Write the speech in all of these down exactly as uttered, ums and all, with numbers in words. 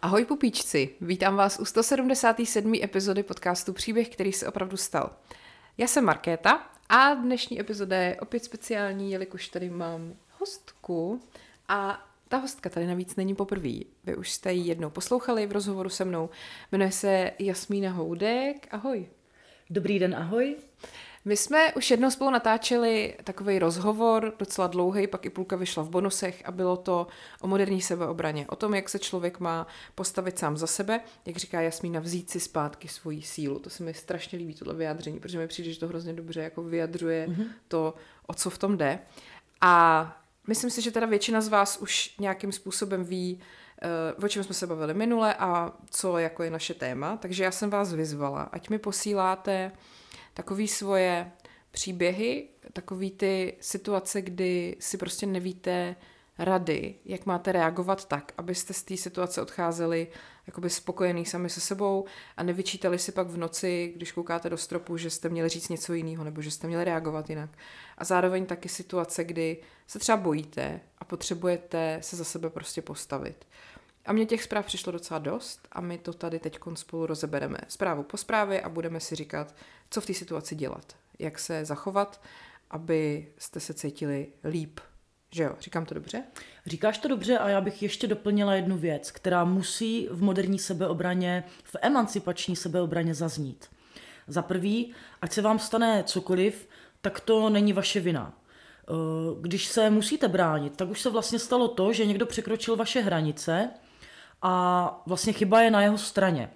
Ahoj pupíčci, vítám vás u sto sedmdesáté sedmé epizody podcastu Příběh, který se opravdu stal. Já jsem Markéta a dnešní epizoda je opět speciální, jelikož tady mám hostku a ta hostka tady navíc není poprvé. Vy už jste ji jednou poslouchali v rozhovoru se mnou. Jmenuje se Jasmína Houdek. Ahoj. Dobrý den, ahoj. My jsme už jednou spolu natáčeli takový rozhovor, docela dlouhý, pak i půlka vyšla v bonusech a bylo to o moderní sebeobraně, o tom, jak se člověk má postavit sám za sebe, jak říká Jasmína, vzít si zpátky svoji sílu. To se mi strašně líbí, tohle vyjádření, protože mi přijde, že to hrozně dobře jako vyjadřuje mm-hmm. to, o co v tom jde. A myslím si, že teda většina z vás už nějakým způsobem ví, o čem jsme se bavili minule a co jako je naše téma, takže já jsem vás vyzvala, ať mi posíláte takový svoje příběhy, takový ty situace, kdy si prostě nevíte rady, jak máte reagovat tak, abyste z té situace odcházeli jakoby spokojený sami se sebou a nevyčítali si pak v noci, když koukáte do stropu, že jste měli říct něco jiného nebo že jste měli reagovat jinak. A zároveň taky situace, kdy se třeba bojíte a potřebujete se za sebe prostě postavit. A mně těch zpráv přišlo docela dost a my to tady teď spolu rozebereme zprávu po zprávě a budeme si říkat, co v té situaci dělat, jak se zachovat, abyste se cítili líp. Že jo, říkám to dobře? Říkáš to dobře a já bych ještě doplnila jednu věc, která musí v moderní sebeobraně, v emancipační sebeobraně zaznít. Za prvý, ať se vám stane cokoliv, tak to není vaše vina. Když se musíte bránit, tak už se vlastně stalo to, že někdo překročil vaše hranice a vlastně chyba je na jeho straně.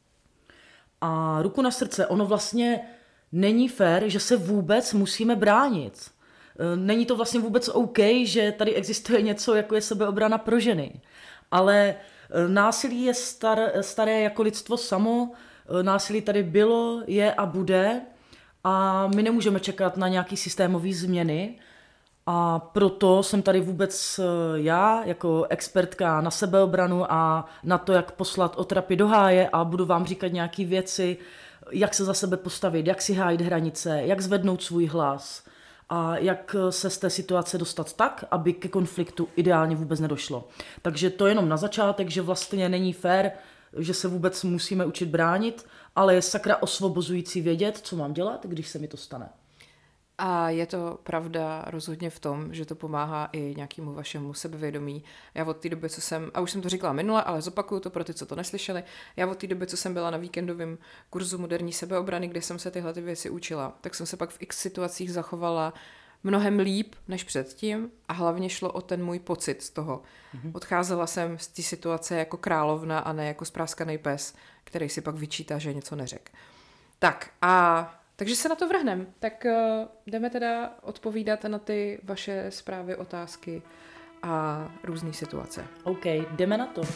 A ruku na srdce, ono vlastně není fér, že se vůbec musíme bránit. Není to vlastně vůbec OK, že tady existuje něco, jako je sebeobrana pro ženy. Ale násilí je star, staré jako lidstvo samo, násilí tady bylo, je a bude a my nemůžeme čekat na nějaký systémový změny. A proto jsem tady vůbec já jako expertka na sebeobranu a na to, jak poslat otrapy do háje a budu vám říkat nějaké věci, jak se za sebe postavit, jak si hájit hranice, jak zvednout svůj hlas a jak se z té situace dostat tak, aby ke konfliktu ideálně vůbec nedošlo. Takže to jenom na začátek, že vlastně není fér, že se vůbec musíme učit bránit, ale je sakra osvobozující vědět, co mám dělat, když se mi to stane. A je to pravda rozhodně v tom, že to pomáhá i nějakému vašemu sebevědomí. Já od té doby, co jsem, a už jsem to říkala minule, ale zopakuju to pro ty, co to neslyšeli, já od té doby, co jsem byla na víkendovém kurzu moderní sebeobrany, kde jsem se tyhle ty věci učila, tak jsem se pak v x situacích zachovala mnohem líp než předtím a hlavně šlo o ten můj pocit z toho. Mm-hmm. Odcházela jsem z té situace jako královna a ne jako spráskaný pes, který si pak vyčítá, že něco neřekl. Tak a takže se na to vrhneme. Tak uh, jdeme teda odpovídat na ty vaše zprávy, otázky a různé situace. OK, jdeme na to.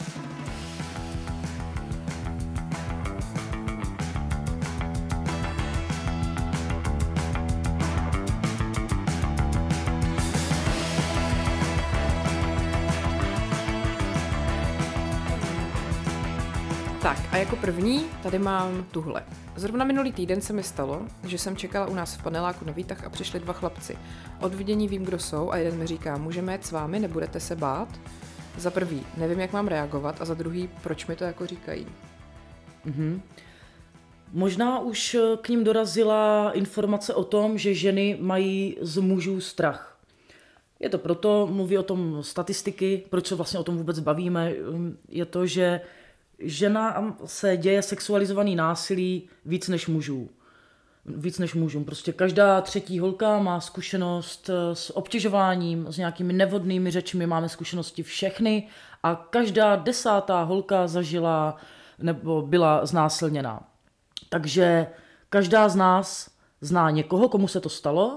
Tak a jako první tady mám tuhle. Zrovna minulý týden se mi stalo, že jsem čekala u nás v paneláku na výtah a přišli dva chlapci. Od vidění vím, kdo jsou a jeden mi říká, můžeme jet s vámi, nebudete se bát? Za prvý, nevím, jak mám reagovat a za druhý, proč mi to jako říkají? Mm-hmm. Možná už k ním dorazila informace o tom, že ženy mají z mužů strach. Je to proto, mluví o tom statistiky, proč se vlastně o tom vůbec bavíme, je to, že žena se děje sexualizovaný násilí víc než mužů. Víc než mužům. Prostě každá třetí holka má zkušenost s obtěžováním, s nějakými nevhodnými řečmi, máme zkušenosti všechny a každá desátá holka zažila nebo byla znásilněná. Takže každá z nás zná někoho, komu se to stalo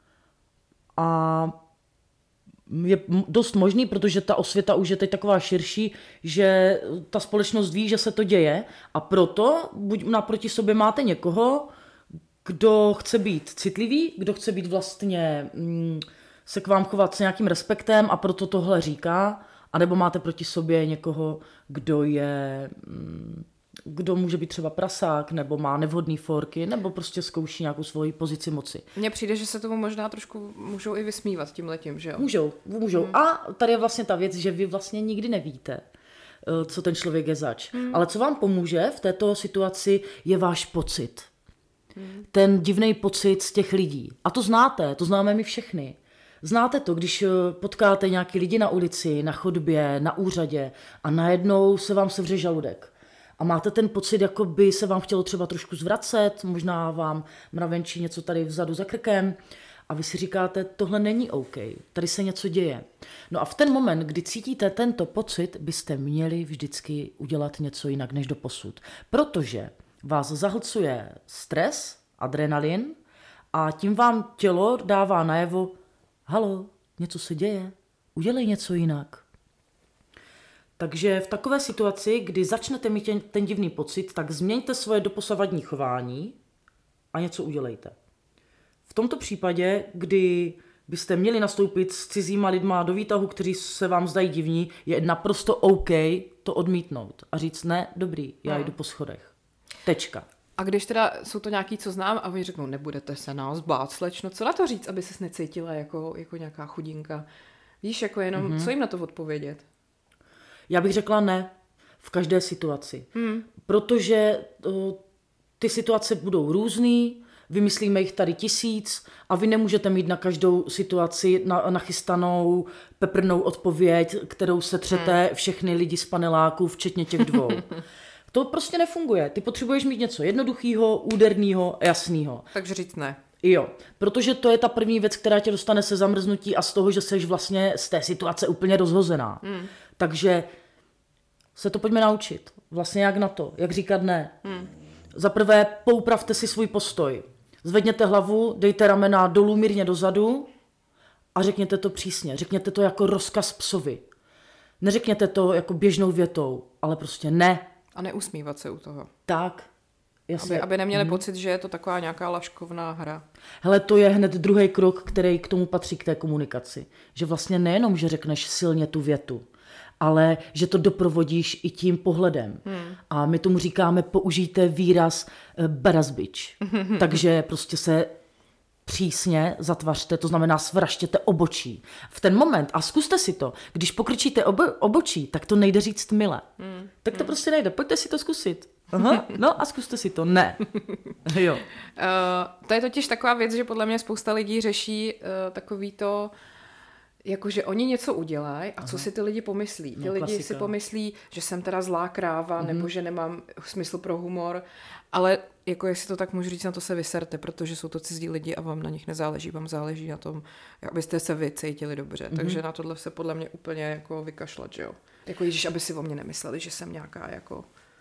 a je dost možný, protože ta osvěta už je teď taková širší, že ta společnost ví, že se to děje a proto buď naproti sobě máte někoho, kdo chce být citlivý, kdo chce být vlastně mm, se k vám chovat s nějakým respektem a proto tohle říká, anebo máte proti sobě někoho, kdo je mm, kdo může být třeba prasák, nebo má nevhodný forky, nebo prostě zkouší nějakou svoji pozici moci. Mně přijde, že se tomu možná trošku můžou i vysmívat tímhletím, že jo? Můžou, můžou. Hmm. A tady je vlastně ta věc, že vy vlastně nikdy nevíte, co ten člověk je zač. Hmm. Ale co vám pomůže v této situaci, je váš pocit. Hmm. Ten divný pocit z těch lidí. A to znáte, to známe my všechny. Znáte to, když potkáte nějaký lidi na ulici, na chodbě, na úřadě a najednou se vám sevře žaludek. A máte ten pocit, jako by se vám chtělo třeba trošku zvracet, možná vám mravenčí něco tady vzadu za krkem a vy si říkáte, tohle není OK, tady se něco děje. No a v ten moment, kdy cítíte tento pocit, byste měli vždycky udělat něco jinak než doposud. Protože vás zahlcuje stres, adrenalin a tím vám tělo dává najevo, halo, něco se děje, udělej něco jinak. Takže v takové situaci, kdy začnete mít ten, ten divný pocit, tak změňte svoje doposavadní chování a něco udělejte. V tomto případě, kdy byste měli nastoupit s cizíma lidma do výtahu, kteří se vám zdají divní, je naprosto OK to odmítnout a říct ne, dobrý, já jdu po schodech. Tečka. A když teda jsou to nějaký, co znám, a oni řeknou, nebudete se nás bát, slečno, co na to říct, aby ses necítila jako, jako nějaká chudinka? Víš, jako jenom, mm-hmm. co jim na to odpovědět? Já bych řekla ne v každé situaci. Hmm. Protože uh, ty situace budou různý, vymyslíme jich tady tisíc a vy nemůžete mít na každou situaci na, nachystanou peprnou odpověď, kterou se třete hmm. všechny lidi z paneláků, včetně těch dvou. To prostě nefunguje. Ty potřebuješ mít něco jednoduchého, úderného, jasného. Takže říct ne. Jo, protože to je ta první věc, která tě dostane se zamrznutí a z toho, že jsi vlastně z té situace úplně rozhozená. Hmm. Takže se to pojďme naučit. Vlastně jak na to, jak říkat ne. Hmm. Za prvé poupravte si svůj postoj. Zvedněte hlavu, dejte ramena dolů mírně dozadu a řekněte to přísně. Řekněte to jako rozkaz psovi. Neřekněte to jako běžnou větou, ale prostě ne. A neusmívat se u toho. Tak. Jasně. Aby, aby neměli hmm. pocit, že je to taková nějaká laškovná hra. Hele, to je hned druhý krok, který k tomu patří, k té komunikaci. Že vlastně nejenom, že řekneš silně tu větu, ale že to doprovodíš i tím pohledem. Hmm. A my tomu říkáme, použijte výraz uh, barazbič. Takže prostě se přísně zatvařte, to znamená svraštěte obočí. V ten moment, a zkuste si to, když pokrčíte obo- obočí, tak to nejde říct mile. Hmm. Tak to hmm. prostě nejde, pojďte si to zkusit. Aha, no a zkuste si to. Ne. Jo. Uh, to je totiž taková věc, že podle mě spousta lidí řeší uh, takový to, jakože oni něco udělají a co Aha. si ty lidi pomyslí. Ty no, lidi klasika. Si pomyslí, že jsem teda zlá kráva, mm-hmm. nebo že nemám smysl pro humor, ale jako jestli to tak můžu říct, na to se vyserte, protože jsou to cizí lidi a vám na nich nezáleží, vám záleží na tom, abyste se vy cítili dobře. Mm-hmm. Takže na tohle se podle mě úplně jako vykašlat, že jo. Jako Ježíš, aby si o mě nemysleli, že jsem nějaká jako...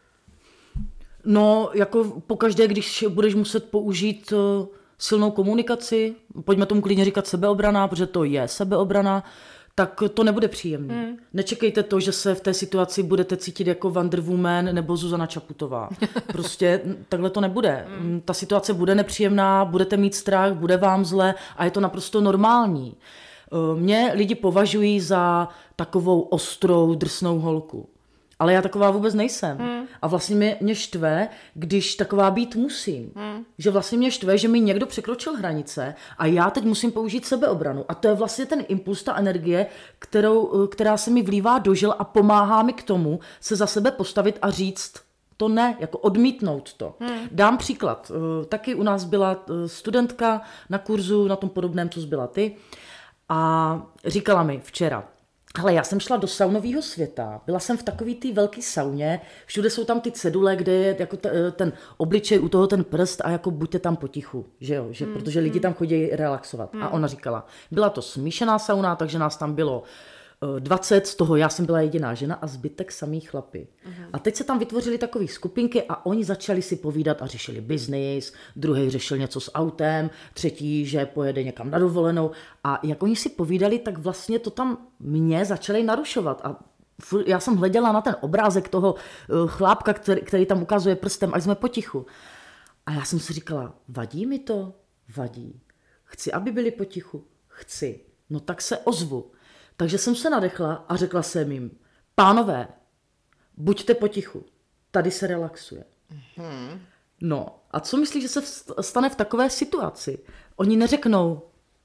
No, jako pokaždé, když budeš muset použít uh, silnou komunikaci, pojďme tomu klidně říkat sebeobrana, protože to je sebeobrana, tak to nebude příjemné. Mm. Nečekejte to, že se v té situaci budete cítit jako Wonder Woman nebo Zuzana Čaputová. Prostě takhle to nebude. Mm. Ta situace bude nepříjemná, budete mít strach, bude vám zle a je to naprosto normální. Mě lidi považují za takovou ostrou, drsnou holku. Ale já taková vůbec nejsem. Hmm. A vlastně mě, mě štve, když taková být musím. Hmm. Že vlastně mě štve, že mi někdo překročil hranice a já teď musím použít sebeobranu. A to je vlastně ten impuls, ta energie, kterou, která se mi vlívá do žil a pomáhá mi k tomu se za sebe postavit a říct to ne, jako odmítnout to. Hmm. Dám příklad. Taky u nás byla studentka na kurzu, na tom podobném, co jsi byla ty. A říkala mi včera, hele, já jsem šla do saunového světa, byla jsem v takový té velké sauně, všude jsou tam ty cedule, kde je jako t- ten obličej, u toho ten prst a jako buďte tam potichu, že jo, že, hmm, protože lidi hmm. tam chodí relaxovat. Hmm. A ona říkala, byla to smíšená sauna, takže nás tam bylo dvacet, z toho já jsem byla jediná žena a zbytek samý chlapy. Uh-huh. A teď se tam vytvořily takové skupinky a oni začali si povídat a řešili biznis, druhý řešil něco s autem, třetí, že pojede někam na dovolenou a jak oni si povídali, tak vlastně to tam mě začali narušovat a já jsem hleděla na ten obrázek toho chlápka, který, který tam ukazuje prstem, až jsme potichu. A já jsem si říkala, vadí mi to? Vadí. Chci, aby byli potichu? Chci. No tak se ozvu. Takže jsem se nadechla a řekla jsem jim, pánové, buďte potichu, tady se relaxuje. Mm-hmm. No a co myslíš, že se stane v takové situaci? Oni neřeknou,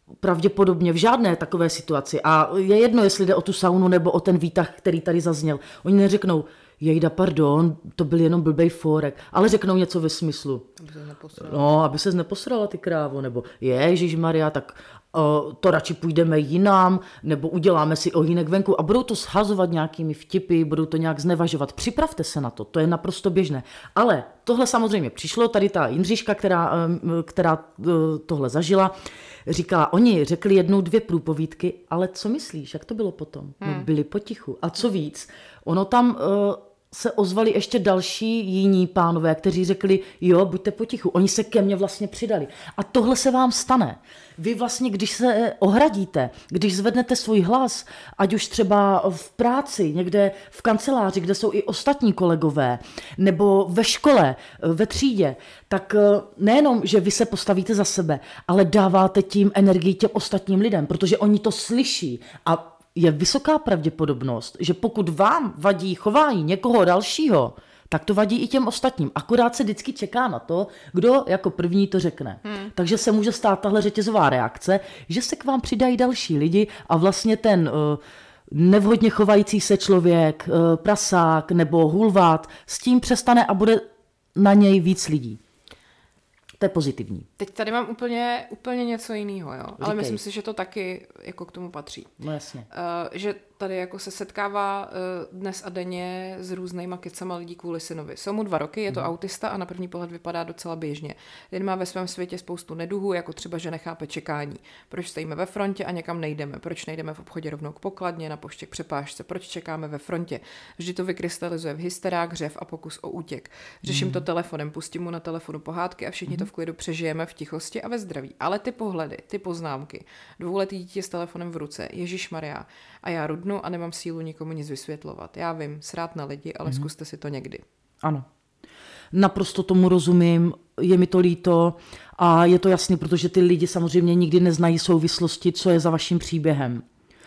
pravděpodobně v žádné takové situaci. A je jedno, jestli jde o tu saunu nebo o ten výtah, který tady zazněl. Oni neřeknou, jejda, pardon, to byl jenom blbej fórek, ale řeknou něco ve smyslu. Aby se neposrala. No, aby se neposrala ty krávo, nebo ježišmarja, tak uh, to radši půjdeme jinam, nebo uděláme si ohýnek venku a budou to shazovat nějakými vtipy, budou to nějak znevažovat. Připravte se na to, to je naprosto běžné. Ale tohle samozřejmě přišlo, tady ta Jindřiška, která, která tohle zažila, říkala, oni řekli jednou dvě průpovídky, ale co myslíš, jak to bylo potom? Hmm. No, byli potichu. A co víc, ono tam uh, se ozvali ještě další jiní pánové, kteří řekli, jo, buďte potichu. Oni se ke mně vlastně přidali. A tohle se vám stane. Vy vlastně, když se ohradíte, když zvednete svůj hlas, ať už třeba v práci, někde v kanceláři, kde jsou i ostatní kolegové, nebo ve škole, ve třídě, tak nejenom, že vy se postavíte za sebe, ale dáváte tím energii těm ostatním lidem, protože oni to slyší a je vysoká pravděpodobnost, že pokud vám vadí chování někoho dalšího, tak to vadí i těm ostatním. Akorát se vždycky čeká na to, kdo jako první to řekne. Hmm. Takže se může stát tahle řetězová reakce, že se k vám přidají další lidi a vlastně ten uh, nevhodně chovající se člověk, uh, prasák nebo hulvát s tím přestane a bude na něj víc lidí. To je pozitivní. Teď tady mám úplně, úplně něco jiného, jo. Ale myslím si, že to taky jako k tomu patří. No jasně. Uh, že tady jako se setkává uh, dnes a denně s různýma kecama lidí kvůli synovi. Jsou mu dva roky, je to mm. autista a na první pohled vypadá docela běžně. Jen má ve svém světě spoustu neduhů, jako třeba, že nechápe čekání. Proč stojíme ve frontě a někam nejdeme? Proč nejdeme v obchodě rovnou k pokladně, na poště k přepážce? Proč čekáme ve frontě? Vždy to vykrystalizuje v hysterách, hřev a pokus o útěk. Řeším mm. to telefonem, pustím mu na telefonu pohádky a všichni mm. to v klidu přežijeme v tichosti a ve zdraví. Ale ty pohledy, ty poznámky, dvouletý dítě s telefonem v ruce, ježišmarja, a já rudnu a nemám sílu nikomu nic vysvětlovat. Já vím, srát na lidi, ale mm. zkuste si to někdy. Ano. Naprosto tomu rozumím, je mi to líto a je to jasný, protože ty lidi samozřejmě nikdy neznají souvislosti, co je za vaším příběhem.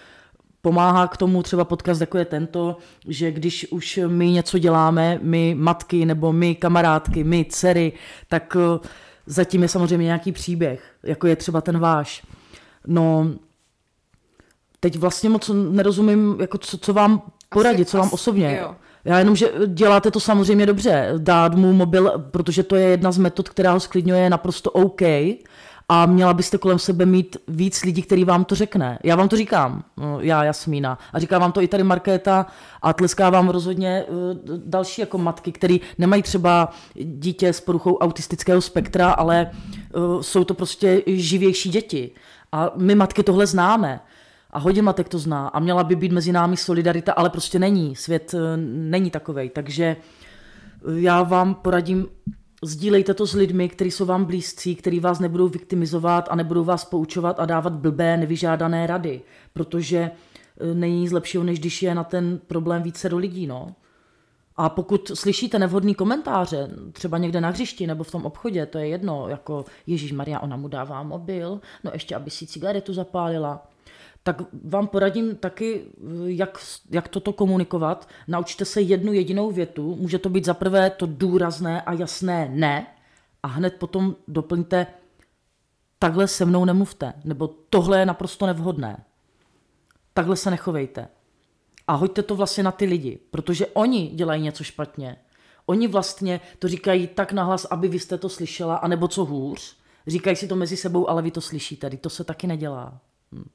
Pomáhá k tomu třeba podcast, jako je tento, že když už my něco děláme, my matky nebo my kamarádky, my dcery, tak zatím je samozřejmě nějaký příběh, jako je třeba ten váš. No, teď vlastně moc nerozumím, jako co, co vám poradit, asi, co vám asi, osobně. Jo. Já jenom, že děláte to samozřejmě dobře, dát mu mobil, protože to je jedna z metod, která ho sklidňuje, je naprosto OK a měla byste kolem sebe mít víc lidí, který vám to řekne. Já vám to říkám, já Jasmína, a říká vám to i tady Markéta a tleská vám rozhodně další jako matky, který nemají třeba dítě s poruchou autistického spektra, ale jsou to prostě živější děti. A my matky tohle známe. A hodně matek to zná a měla by být mezi námi solidarita, ale prostě není. Svět není takovej. Takže já vám poradím, sdílejte to s lidmi, kteří jsou vám blízcí, kteří vás nebudou viktimizovat a nebudou vás poučovat a dávat blbé, nevyžádané rady. Protože není nic lepšího, než když je na ten problém více do lidí. No. A pokud slyšíte nevhodný komentáře, třeba někde na hřišti nebo v tom obchodě, to je jedno, jako Ježíšmarja, ona mu dává mobil, no ještě, aby si cigaretu zapálila, tak vám poradím taky, jak, jak toto komunikovat. Naučte se jednu jedinou větu. Může to být zaprvé to důrazné a jasné ne a hned potom doplňte takhle se mnou nemluvte, nebo tohle je naprosto nevhodné. Takhle se nechovejte. A hoďte to vlastně na ty lidi, protože oni dělají něco špatně. Oni vlastně to říkají tak nahlas, aby vy jste to slyšela, anebo co hůř. Říkají si to mezi sebou, ale vy to slyšíte. To se taky nedělá. Hm.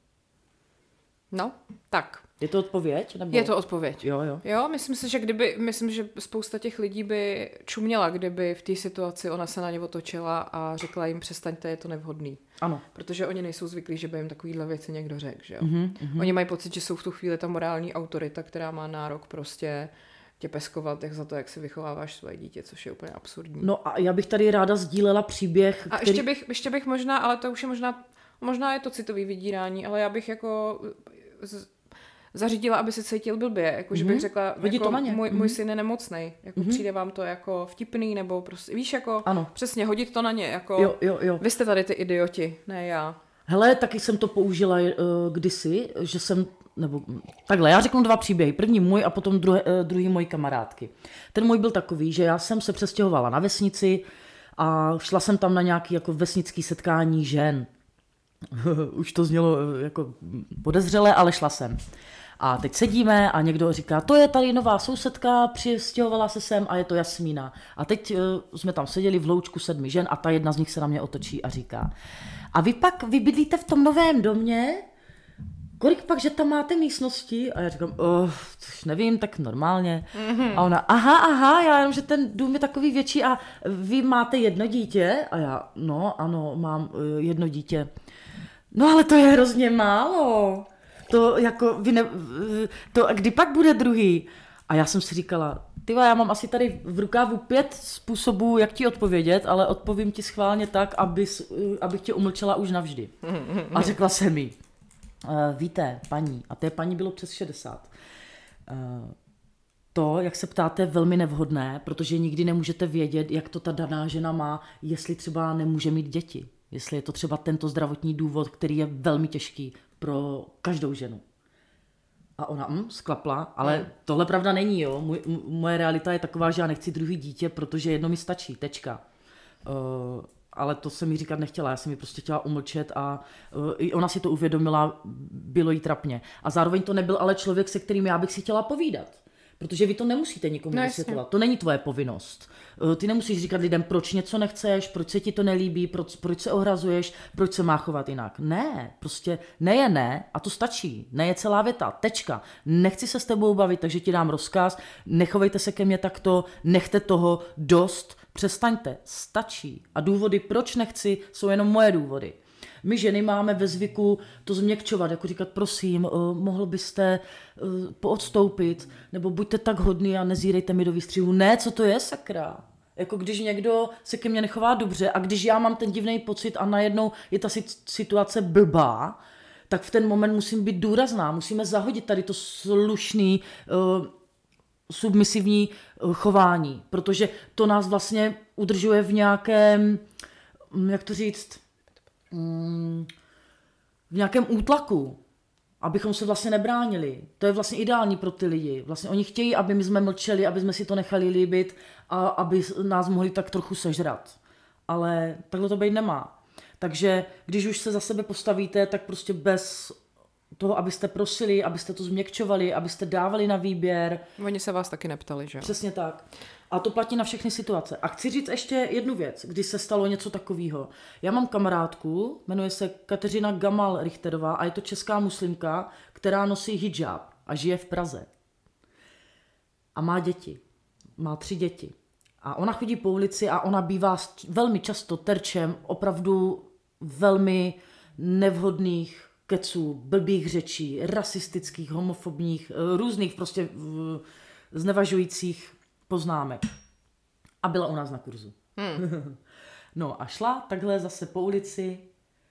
No, tak. Je to odpověď? Nebo? Je to odpověď. Jo, jo. Jo, myslím si, že kdyby, myslím, že spousta těch lidí by čuměla, kdyby v té situaci ona se na ně otočila a řekla jim, přestaňte, je to nevhodný. Ano. Protože oni nejsou zvyklí, že by jim takovýhle věci někdo řekl, že jo. Mm-hmm, mm-hmm. Oni mají pocit, že jsou v tu chvíli ta morální autorita, která má nárok prostě tě peskovat jak za to, jak si vychováváš svoje dítě, což je úplně absurdní. No a já bych tady ráda sdílela příběh, a který... ještě bych, ještě bych možná, ale to už je možná, možná je to citový vydírání, ale já bych jako z, zařídila, aby se cítil blbě, jako mm-hmm. že bych řekla, jako můj, můj syn je nemocnej, jako mm-hmm. přijde vám to jako vtipný, nebo prostě, víš, jako ano. Přesně, hodit to na ně, jako jo, jo, jo. Vy jste tady ty idioti, ne já. Hele, taky jsem to použila uh, kdysi, že jsem, nebo takhle, já řeknu dva příběhy, první můj a potom druhé, uh, druhý mojí kamarádky. Ten můj byl takový, že já jsem se přestěhovala na vesnici a šla jsem tam na nějaké jako vesnické setkání žen. Už to znělo jako podezřele, ale šla jsem. A teď sedíme a někdo říká, to je tady nová sousedka, přistěhovala se sem a je to Jasmína. A teď uh, jsme tam seděli v hloučku sedmi žen a ta jedna z nich se na mě otočí a říká, a vy pak, vy bydlíte v tom novém domě? Kolik pak, že tam máte místnosti? A já říkám, oh, nevím, tak normálně. Mm-hmm. A ona, aha, aha, já jenom, že ten dům je takový větší a vy máte jedno dítě? A já, no, ano, mám uh, jedno dítě. No ale to je hrozně málo. To jako, vy ne, to, kdy pak bude druhý? A já jsem si říkala, tyva, já mám asi tady v rukávu pět způsobů, jak ti odpovědět, ale odpovím ti schválně tak, abys, abych tě umlčela už navždy. A řekla jsem jí, víte, paní, a té paní bylo přes šedesát, to, jak se ptáte, je velmi nevhodné, protože nikdy nemůžete vědět, jak to ta daná žena má, jestli třeba nemůže mít děti. Jestli je to třeba tento zdravotní důvod, který je velmi těžký pro každou ženu. A ona hm, sklapla, ale mm. tohle pravda není, jo. Můj, m- moje realita je taková, že já nechci druhý dítě, protože jedno mi stačí, tečka. Uh, ale to jsem jí říkat nechtěla, já jsem ji prostě chtěla umlčet a uh, i ona si to uvědomila, bylo jí trapně. A zároveň to nebyl ale člověk, se kterým já bych si chtěla povídat. Protože vy to nemusíte nikomu no, vysvětlovat, to není tvoje povinnost. Ty nemusíš říkat lidem, proč něco nechceš, proč se ti to nelíbí, proč, proč se ohrazuješ, proč se má chovat jinak. Ne, prostě ne je ne a to stačí. Ne je celá věta, tečka. Nechci se s tebou bavit, takže ti dám rozkaz, nechovejte se ke mně takto, nechte toho dost, přestaňte, stačí. A důvody, proč nechci, jsou jenom moje důvody. My ženy máme ve zvyku to změkčovat, jako říkat, prosím, uh, mohl byste uh, poodstoupit, nebo buďte tak hodný a nezírejte mi do výstřihu. Ne, co to je, sakra? Jako když někdo se ke mně nechová dobře a když já mám ten divný pocit a najednou je ta situace blbá, tak v ten moment musím být důrazná, musíme zahodit tady to slušný, uh, submisivní uh, chování, protože to nás vlastně udržuje v nějakém, jak to říct, v nějakém útlaku, abychom se vlastně nebránili. To je vlastně ideální pro ty lidi. Vlastně oni chtějí, aby my jsme mlčeli, aby jsme si to nechali líbit a aby nás mohli tak trochu sežrat. Ale takhle to být nemá. Takže když už se za sebe postavíte, tak prostě bez toho, abyste prosili, abyste to změkčovali, abyste dávali na výběr. Oni se vás taky neptali, že jo? Přesně tak. A to platí na všechny situace. A chci říct ještě jednu věc, když se stalo něco takového. Já mám kamarádku, jmenuje se Kateřina Gamal Richterová a je to česká muslimka, která nosí hijab a žije v Praze. A má děti. Má tři děti. A ona chodí po ulici a ona bývá velmi často terčem opravdu velmi nevhodných keců, blbých řečí, rasistických, homofobních, různých prostě znevažujících poznámek. A byla u nás na kurzu. Hmm. No a šla takhle zase po ulici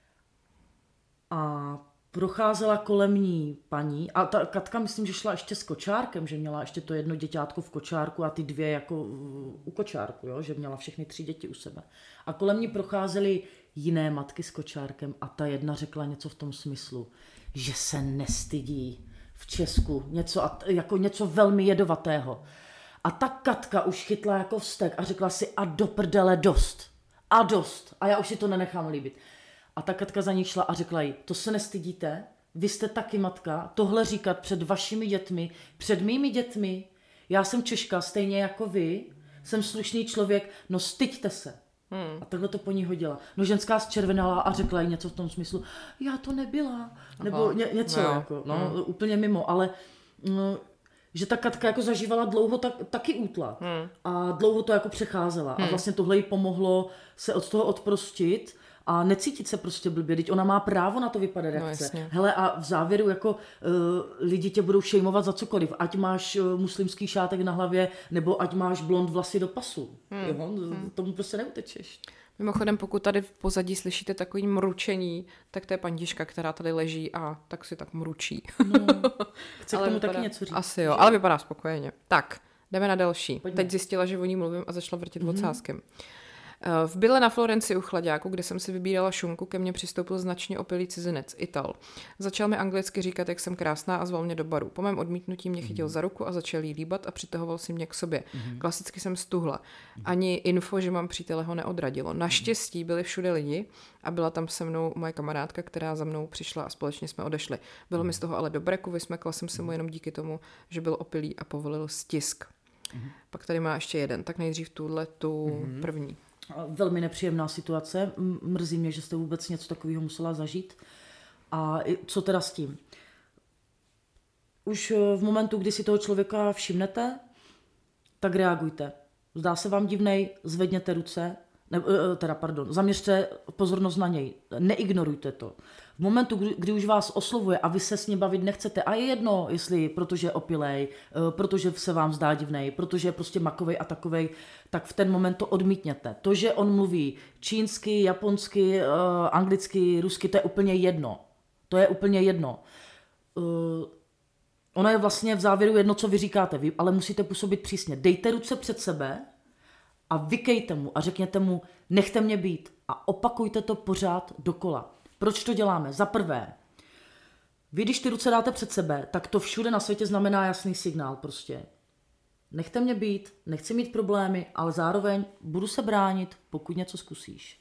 a procházela kolem ní paní a ta Katka myslím, že šla ještě s kočárkem, že měla ještě to jedno děťátko v kočárku a ty dvě jako u kočárku, jo? Že měla všechny tři děti u sebe. A kolem ní procházely jiné matky s kočárkem a ta jedna řekla něco v tom smyslu, že se nestydí v Česku, něco, jako něco velmi jedovatého. A ta Katka už chytla jako vztek a řekla si a do prdele dost. A dost. A já už si to nenechám líbit. A ta Katka za ní šla a řekla jí, to se nestydíte? Vy jste taky matka, tohle říkat před vašimi dětmi, před mými dětmi. Já jsem Češka, stejně jako vy. Jsem slušný člověk, no styďte se. Hmm. A takhle to po ní hodila. No ženská zčervenala a řekla jí něco v tom smyslu, já to nebyla. Nebo ně, něco, no. Jako, no, hmm. úplně mimo, ale... No, že ta Katka jako zažívala dlouho tak, taky útlak hmm. a dlouho to jako přecházela hmm. a vlastně tohle jí pomohlo se od toho odprostit a necítit se prostě blbě, teď ona má právo na to vypadat, jak chce. No, hele a v závěru jako uh, lidi tě budou šejmovat za cokoliv, ať máš uh, muslimský šátek na hlavě nebo ať máš blond vlasy do pasu, hmm. jo? Hmm. Tomu prostě neutečeš. Mimochodem, pokud tady v pozadí slyšíte takový mručení, tak to je pandiška, která tady leží a tak si tak mručí. No, chce k tomu vypadá, taky něco říct. Asi jo, ale vypadá spokojeně. Tak, jdeme na další. Pojďme. Teď zjistila, že o ní mluvím a začala vrtit mm-hmm. ocáskem. V byle na Florenci u chlaďáku, kde jsem si vybírala šunku, ke mně přistoupil značně opilý cizinec, Ital. Začal mi anglicky říkat, jak jsem krásná a zval mě do baru. Po mém odmítnutí mě chytil za ruku a začal jí líbat a přitahoval si mě k sobě. Mm-hmm. Klasicky jsem stuhla. Ani info, že mám přítele, ho neodradilo. Naštěstí byli všude lidi a byla tam se mnou moje kamarádka, která za mnou přišla a společně jsme odešli. Bylo mi z toho ale dobré, vysmekla jsem se mu jenom díky tomu, že byl opilý a povolil stisk. Mm-hmm. Pak tady má ještě jeden, tak nejdřív tuhle tu mm-hmm. první. Velmi nepříjemná situace, mrzí mě, že jste vůbec něco takového musela zažít. A co teda s tím? Už v momentu, kdy si toho člověka všimnete, tak reagujte. Zdá se vám divnej, zvedněte ruce, ne, teda pardon, zaměřte pozornost na něj, neignorujte to. V momentu, kdy, kdy už vás oslovuje a vy se s ním bavit nechcete, a je jedno, jestli protože je opilej, protože se vám zdá divnej, protože je prostě makovej a takovej, tak v ten moment to odmítněte. To, že on mluví čínsky, japonsky, anglicky, rusky, to je úplně jedno. To je úplně jedno. Ono je vlastně v závěru jedno, co vy říkáte, vy ale musíte působit přísně. Dejte ruce před sebe a vykejte mu a řekněte mu, nechte mě být. A opakujte to pořád dokola. Proč to děláme? Za prvé, vy když ty ruce dáte před sebe, tak to všude na světě znamená jasný signál prostě. Nechte mě být, nechci mít problémy, ale zároveň budu se bránit, pokud něco zkusíš.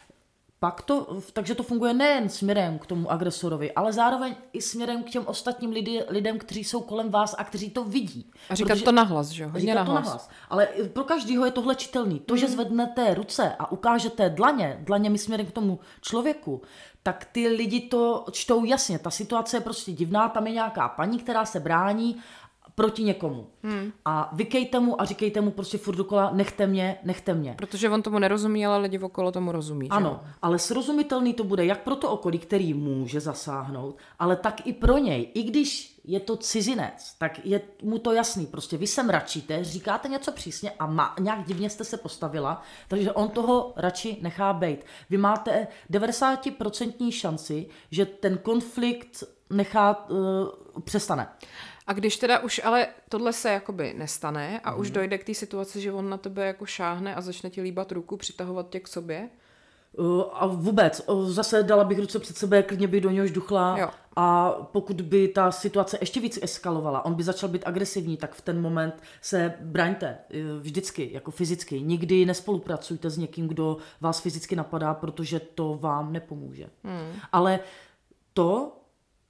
Pak to, takže to funguje nejen směrem k tomu agresorovi, ale zároveň i směrem k těm ostatním lidi, lidem, kteří jsou kolem vás a kteří to vidí. A říkat protože, to nahlas, že jo? Hodně nahlas. To nahlas. Ale pro každého je tohle čitelný. To, mm. že zvednete ruce a ukážete dlaně, dlaněmi směrem k tomu člověku, tak ty lidi to čtou jasně. Ta situace je prostě divná, tam je nějaká paní, která se brání proti někomu. Hmm. A vykejte mu a říkejte mu prostě furt dokola, nechte mě, nechte mě. Protože on tomu nerozumí, ale lidi okolo tomu rozumí. Ano, že? Ale srozumitelný to bude jak pro to okolí, který může zasáhnout, ale tak i pro něj. I když je to cizinec, tak je mu to jasný. Prostě vy se mračíte, říkáte něco přísně a má, nějak divně jste se postavila, takže on toho radši nechá bejt. Vy máte devadesát procent šanci, že ten konflikt nechá, uh, přestane. A když teda už ale tohle se jakoby nestane a mm. už dojde k té situaci, že on na tebe jako šáhne a začne ti líbat ruku, přitahovat tě k sobě? Uh, a vůbec. Uh, zase dala bych ruce před sebe, klidně by do něho žduchla. Jo. A pokud by ta situace ještě víc eskalovala, on by začal být agresivní, tak v ten moment se braňte vždycky, jako fyzicky. Nikdy nespolupracujte s někým, kdo vás fyzicky napadá, protože to vám nepomůže. Mm. Ale to...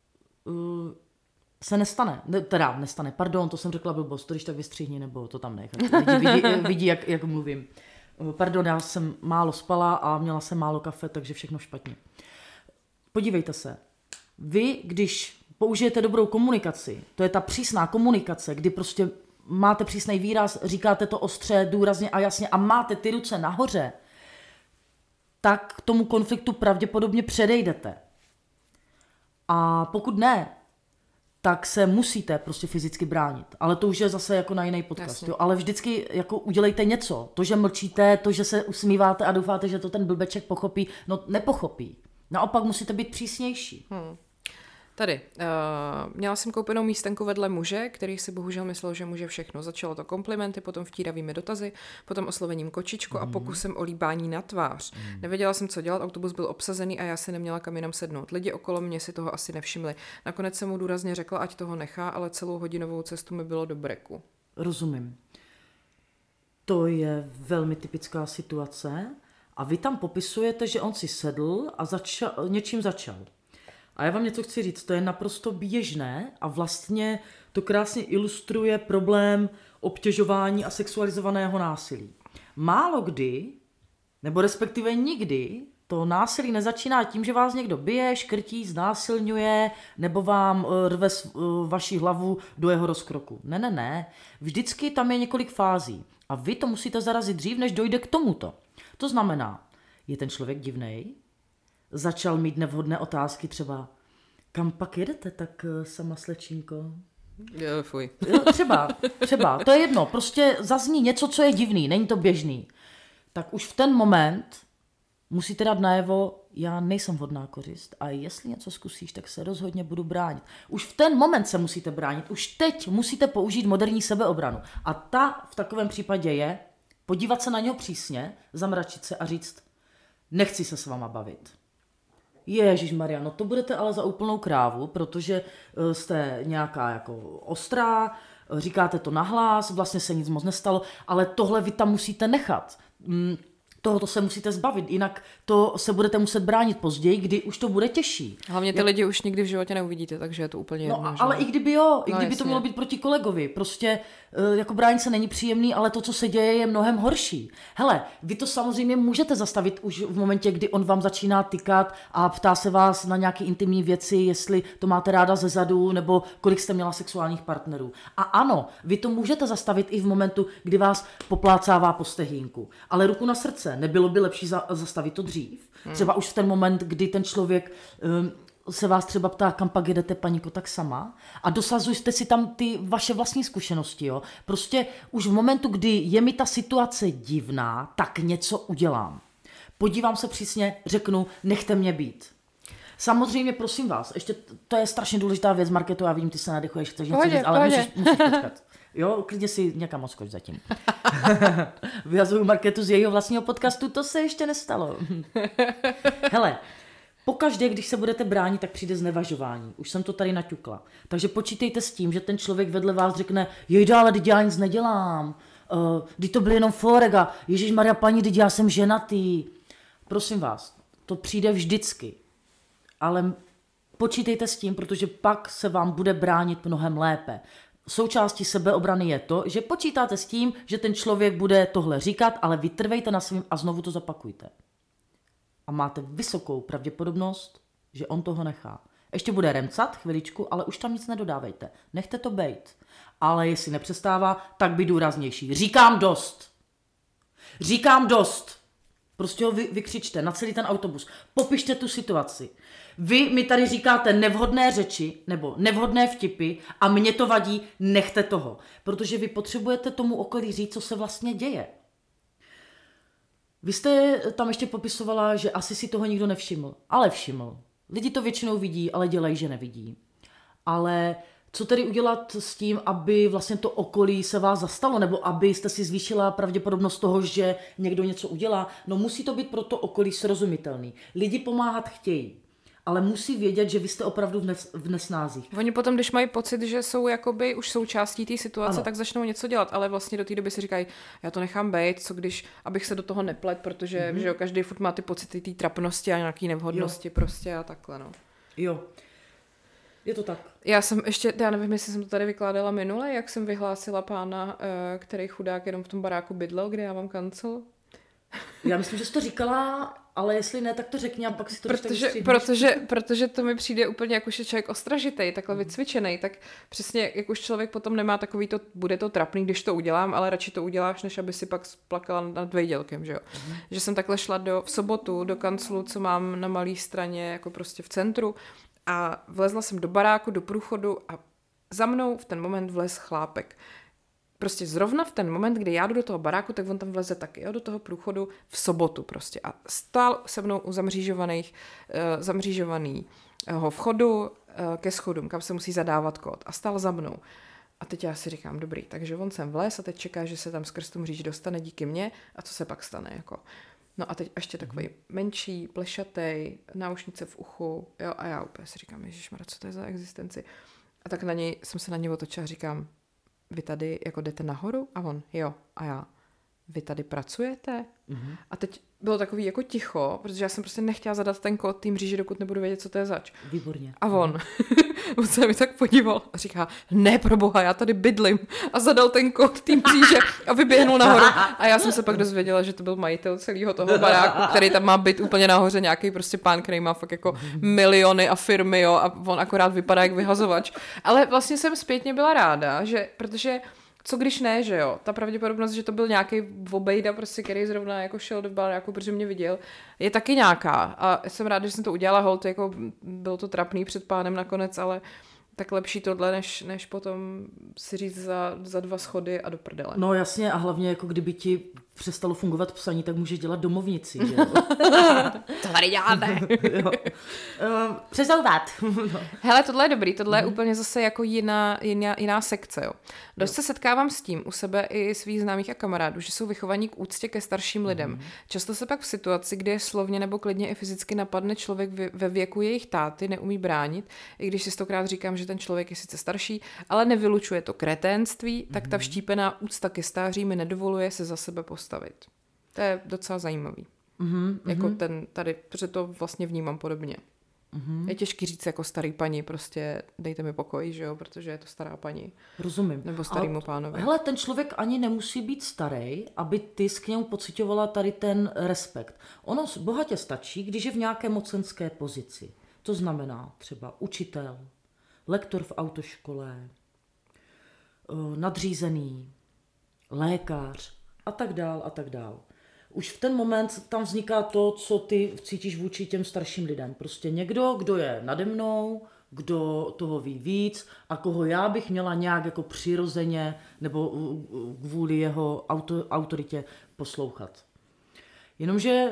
Uh, se nestane, ne, teda nestane, pardon, to jsem řekla blbost, to když tak vystřihni, nebo to tam nechat. Lidi vidí, vidí jak, jak mluvím. Pardon, já jsem málo spala a měla jsem málo kafe, takže všechno špatně. Podívejte se, vy, když použijete dobrou komunikaci, to je ta přísná komunikace, kdy prostě máte přísný výraz, říkáte to ostře, důrazně a jasně a máte ty ruce nahoře, tak k tomu konfliktu pravděpodobně předejdete. A pokud ne, tak se musíte prostě fyzicky bránit. Ale to už je zase jako na jiný podcast. Jo? Ale vždycky jako udělejte něco. To, že mlčíte, to, že se usmíváte a doufáte, že to ten blbeček pochopí, no nepochopí. Naopak musíte být přísnější. Hmm. Tady. Uh, měla jsem koupenou místenku vedle muže, který si bohužel myslel, že může všechno. Začalo to komplimenty, potom vtíravými dotazy, potom oslovením kočičko mm. a pokusem o líbání na tvář. Mm. Nevěděla jsem, co dělat, autobus byl obsazený a já si neměla kam jinam sednout. Lidi okolo mě si toho asi nevšimli. Nakonec jsem mu důrazně řekla, ať toho nechá, ale celou hodinovou cestu mi bylo do breku. Rozumím. To je velmi typická situace a vy tam popisujete, že on si sedl a začal, něčím začal. A já vám něco chci říct, to je naprosto běžné a vlastně to krásně ilustruje problém obtěžování a sexualizovaného násilí. Málo kdy, nebo respektive nikdy, to násilí nezačíná tím, že vás někdo bije, škrtí, znásilňuje, nebo vám rve vaši hlavu do jeho rozkroku. Ne, ne, ne. Vždycky tam je několik fází a vy to musíte zarazit dřív, než dojde k tomuto. To znamená, je ten člověk divnej, začal mít nevhodné otázky třeba, kam pak jedete tak sama slečínko? Jo, fuj. Jo, třeba, třeba, to je jedno, prostě zazní něco, co je divný, není to běžný. Tak už v ten moment musíte dát najevo, já nejsem vhodná kořist a jestli něco zkusíš, tak se rozhodně budu bránit. Už v ten moment se musíte bránit, už teď musíte použít moderní sebeobranu. A ta v takovém případě je, Podívat se na něho přísně, zamračit se a říct, nechci se s váma bavit. Ježišmarja, no to budete ale za úplnou krávu, protože jste nějaká jako ostrá, říkáte to nahlas, vlastně se nic moc nestalo, ale tohle vy tam musíte nechat. Tohoto se musíte zbavit, jinak to se budete muset bránit později, kdy už to bude těžší. Hlavně ty Jak... lidi už nikdy v životě neuvidíte, takže je to úplně jedno. No, ale i kdyby jo, i no, kdyby jasně. to mělo být proti kolegovi, prostě jako bránit se není příjemný, ale to, co se děje, je mnohem horší. Hele, vy to samozřejmě můžete zastavit už v momentě, kdy on vám začíná tykat a ptá se vás na nějaké intimní věci, jestli to máte ráda ze zadu, nebo kolik jste měla sexuálních partnerů. A ano, vy to můžete zastavit i v momentu, kdy vás poplácává po stehínku. Ale ruku na srdce, nebylo by lepší za, zastavit to dřív? Hmm. Třeba už v ten moment, kdy ten člověk um, se vás třeba ptá, kam pak jedete, paníko, tak sama, a dosazujte si tam ty vaše vlastní zkušenosti, jo. Prostě už v momentu, kdy je mi ta situace divná, tak něco udělám. Podívám se přísně, řeknu, nechte mě být. Samozřejmě, prosím vás, ještě to je strašně důležitá věc, Markéto, já vidím, ty se nadechuješ, chceš něco říct, ale musíš, musíš počkat. Jo, klidně si někam odskoč zatím. Vyhazuju Markétu z jejího vlastního podcastu, to se ještě nestalo. Hele, pokaždé, když se budete bránit, tak přijde znevažování. Už jsem to tady naťukla. Takže počítejte s tím, že ten člověk vedle vás řekne, jejda, ale teď já nic nedělám. Uh, teď to byl jenom fórek a ježišmarja paní, teď já jsem ženatý. Prosím vás, to přijde vždycky. Ale počítejte s tím, protože pak se vám bude bránit mnohem lépe. Součástí sebeobrany je to, že počítáte s tím, že ten člověk bude tohle říkat, ale vytrvejte na svým a znovu to zapakujte. A máte vysokou pravděpodobnost, že on toho nechá. Ještě bude remcat chviličku, ale už tam nic nedodávejte. Nechte to bejt. Ale jestli nepřestává, tak by důraznější. Říkám dost. Říkám dost. Prostě ho vy, vykřičte na celý ten autobus. Popište tu situaci. Vy mi tady říkáte nevhodné řeči nebo nevhodné vtipy a mě to vadí, nechte toho. Protože vy potřebujete tomu okolí říct, co se vlastně děje. Vy jste tam ještě popisovala, že asi si toho nikdo nevšiml. Ale všiml. Lidi to většinou vidí, ale dělají, že nevidí. Ale co tedy udělat s tím, aby vlastně to okolí se vás zastalo, nebo abyste si zvýšila pravděpodobnost toho, že někdo něco udělá? No musí to být pro to okolí srozumitelný. Lidi pomáhat chtějí, ale musí vědět, že vy jste opravdu v, nes- v nesnázích. Oni potom, když mají pocit, že jsou jakoby už součástí té situace, ano. tak začnou něco dělat, ale vlastně do té doby si říkají, já to nechám bejt, co když, abych se do toho neplet, protože mm-hmm. že jo, každý furt má ty pocity té trapnosti a nějaký nevhodnosti jo. prostě a takhle, no. Jo. Je to tak. Já jsem ještě, já nevím, jestli jsem to tady vykládala minule, jak jsem vyhlásila pána, který chudák jenom v tom baráku bydlel, kde já mám kancel. Já myslím, že jsi to říkala, ale jestli ne, tak to řekni a pak si to protože, protože, protože to mi přijde úplně, jak už je člověk ostražitej, takhle vycvičený, tak přesně, jak už člověk potom nemá takový to, bude to trapný, když to udělám, ale radši to uděláš, než aby si pak splakala nad vejdělkem, že jo. Mm. Že jsem takhle šla do, v sobotu do kanclu, co mám na malý straně, jako prostě v centru, a vlezla jsem do baráku, do průchodu a za mnou v ten moment vlez chlápek. Prostě zrovna v ten moment, kdy já jdu do toho baráku, tak on tam vleze taky, jo, do toho průchodu v sobotu prostě. A stál se mnou u zamřížovaných, uh, zamřížovaného vchodu uh, ke schodům, kam se musí zadávat kód. A stál za mnou. A teď já si říkám, dobrý, takže on sem vlez a teď čeká, že se tam skrz tu mříž dostane díky mně a co se pak stane, jako. No a teď ještě takový menší, plešatej, náušnice v uchu, jo, a já úplně si říkám, ježišmarja, co to je za existenci? A tak na něj jsem se na něj otočila a říkám, vy tady jako jdete nahoru? A on, jo. A já, vy tady pracujete? Mm-hmm. A teď bylo takový jako ticho, protože já jsem prostě nechtěla zadat ten kód tým mříži, dokud nebudu vědět, co to je zač. Výborně. A on, on se mi tak podíval a říká, ne proboha, já tady bydlím. A zadal ten kód tým mříže a vyběhnul nahoru. A já jsem se pak dozvěděla, že to byl majitel celého toho baráku, který tam má být úplně nahoře, nějaký prostě pán, který má fakt jako miliony a firmy, jo, a on akorát vypadá jak vyhazovač. Ale vlastně jsem zpětně byla ráda, že, protože co když ne, že jo? Ta pravděpodobnost, že to byl nějaký obejda, prostě, který zrovna jako šel do baráku, protože mě viděl, je taky nějaká. A jsem ráda, že jsem to udělala, holt, jako bylo to trapný před pánem nakonec, ale tak lepší tohle, než, než potom si říct za, za dva schody a do prdele. No jasně, a hlavně jako kdyby ti přestalo fungovat psaní, tak můžeš dělat domovnici, že jo? To tady děláte. Jo. Uh, přesouvat. No. Hele, tohle je dobrý, tohle mm. je úplně zase jako jiná, jiná, jiná sekce, jo. Dost jo. se setkávám s tím u sebe i svých známých a kamarádů, že jsou vychovaní k úctě ke starším mm. lidem. Často se pak v situaci, kdy je slovně nebo klidně i fyzicky napadne člověk ve věku jejich táty, neumí bránit, i když si stokrát říkám, že ten člověk je sice starší, ale nevylučuje to kreténství, mm. tak ta vštípená úcta ke stáří mi nedovoluje se za sebe postavit. To je docela zajímavý. Mm-hmm. Jako ten tady, protože to vlastně vnímám podobně. Mm-hmm. Je těžký říct jako starý paní, prostě dejte mi pokoj, že jo, protože je to stará paní. Rozumím. Nebo starýmu pánovi. Hele, ten člověk ani nemusí být starý, aby ty s k němu pocitovala tady ten respekt. Ono bohatě stačí, když je v nějaké mocenské pozici. To znamená třeba učitel, lektor v autoškole, nadřízený, lékař a tak dál a tak dál. Už v ten moment tam vzniká to, co ty cítíš vůči těm starším lidem. Prostě někdo, kdo je nade mnou, kdo toho ví víc a koho já bych měla nějak jako přirozeně nebo kvůli jeho auto, autoritě poslouchat. Jenomže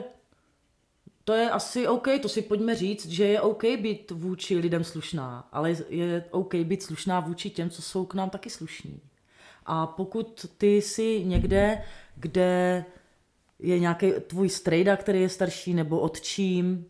to je asi OK, to si pojďme říct, že je OK být vůči lidem slušná, ale je OK být slušná vůči těm, co jsou k nám taky slušní. A pokud ty jsi někde, kde je nějaký tvůj strejda, který je starší, nebo otčím,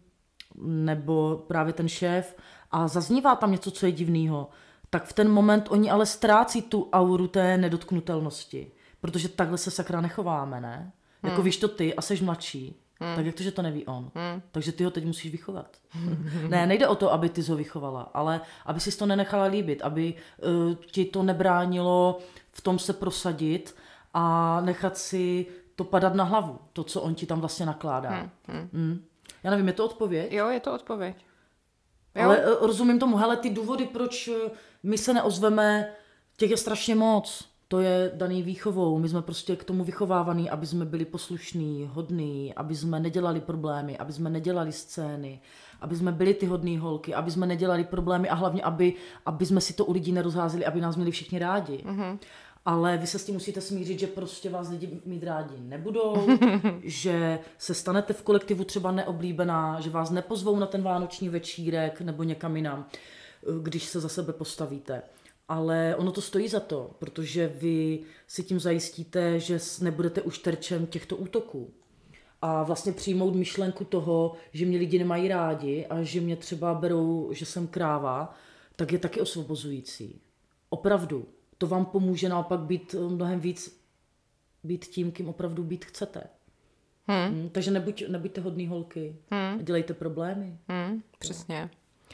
nebo právě ten šéf a zaznívá tam něco, co je divného, tak v ten moment oni ale ztrácí tu auru té nedotknutelnosti. Protože takhle se sakra nechováme, ne? Hmm. Jako víš to ty a seš mladší, hmm. tak jak to, že to neví on? Hmm. Takže ty ho teď musíš vychovat. Ne, nejde o to, aby ty ho vychovala, ale aby si to nenechala líbit, aby uh, ti to nebránilo v tom se prosadit a nechat si to padat na hlavu, to, co on ti tam vlastně nakládá. Hmm, hmm. Hmm. Já nevím, je to odpověď? Jo, je to odpověď. Jo. Ale rozumím tomu, hele, ty důvody, proč my se neozveme, těch je strašně moc. To je daný výchovou. My jsme prostě k tomu vychovávaný, aby jsme byli poslušní, hodní, aby jsme nedělali problémy, aby jsme nedělali scény, aby jsme byli ty hodný holky, aby jsme nedělali problémy a hlavně, aby, aby jsme si to u lidí nerozházeli, aby nás měli všichni rádi. Mm-hmm. Ale vy se s tím musíte smířit, že prostě vás lidi mít rádi nebudou, že se stanete v kolektivu třeba neoblíbená, že vás nepozvou na ten vánoční večírek nebo někam jinam, když se za sebe postavíte. Ale ono to stojí za to, protože vy si tím zajistíte, že nebudete už terčem těchto útoků. A vlastně přijmout myšlenku toho, že mě lidi nemají rádi a že mě třeba berou, že jsem kráva, tak je taky osvobozující. Opravdu. To vám pomůže naopak být mnohem víc být tím, kým opravdu být chcete. Hmm. Hmm, takže nebuď, nebuďte hodný holky. Hmm. Dělejte problémy. Hmm, přesně.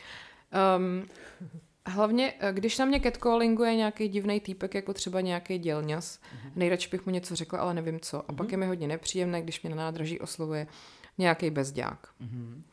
Um, hlavně, když na mě catcallinguje nějaký divný týpek, jako třeba nějaký dělňas, hmm. nejradši bych mu něco řekla, ale nevím co. A hmm. pak je mi hodně nepříjemné, když mě na nádraží oslovuje nějaký bezďák. Hmm.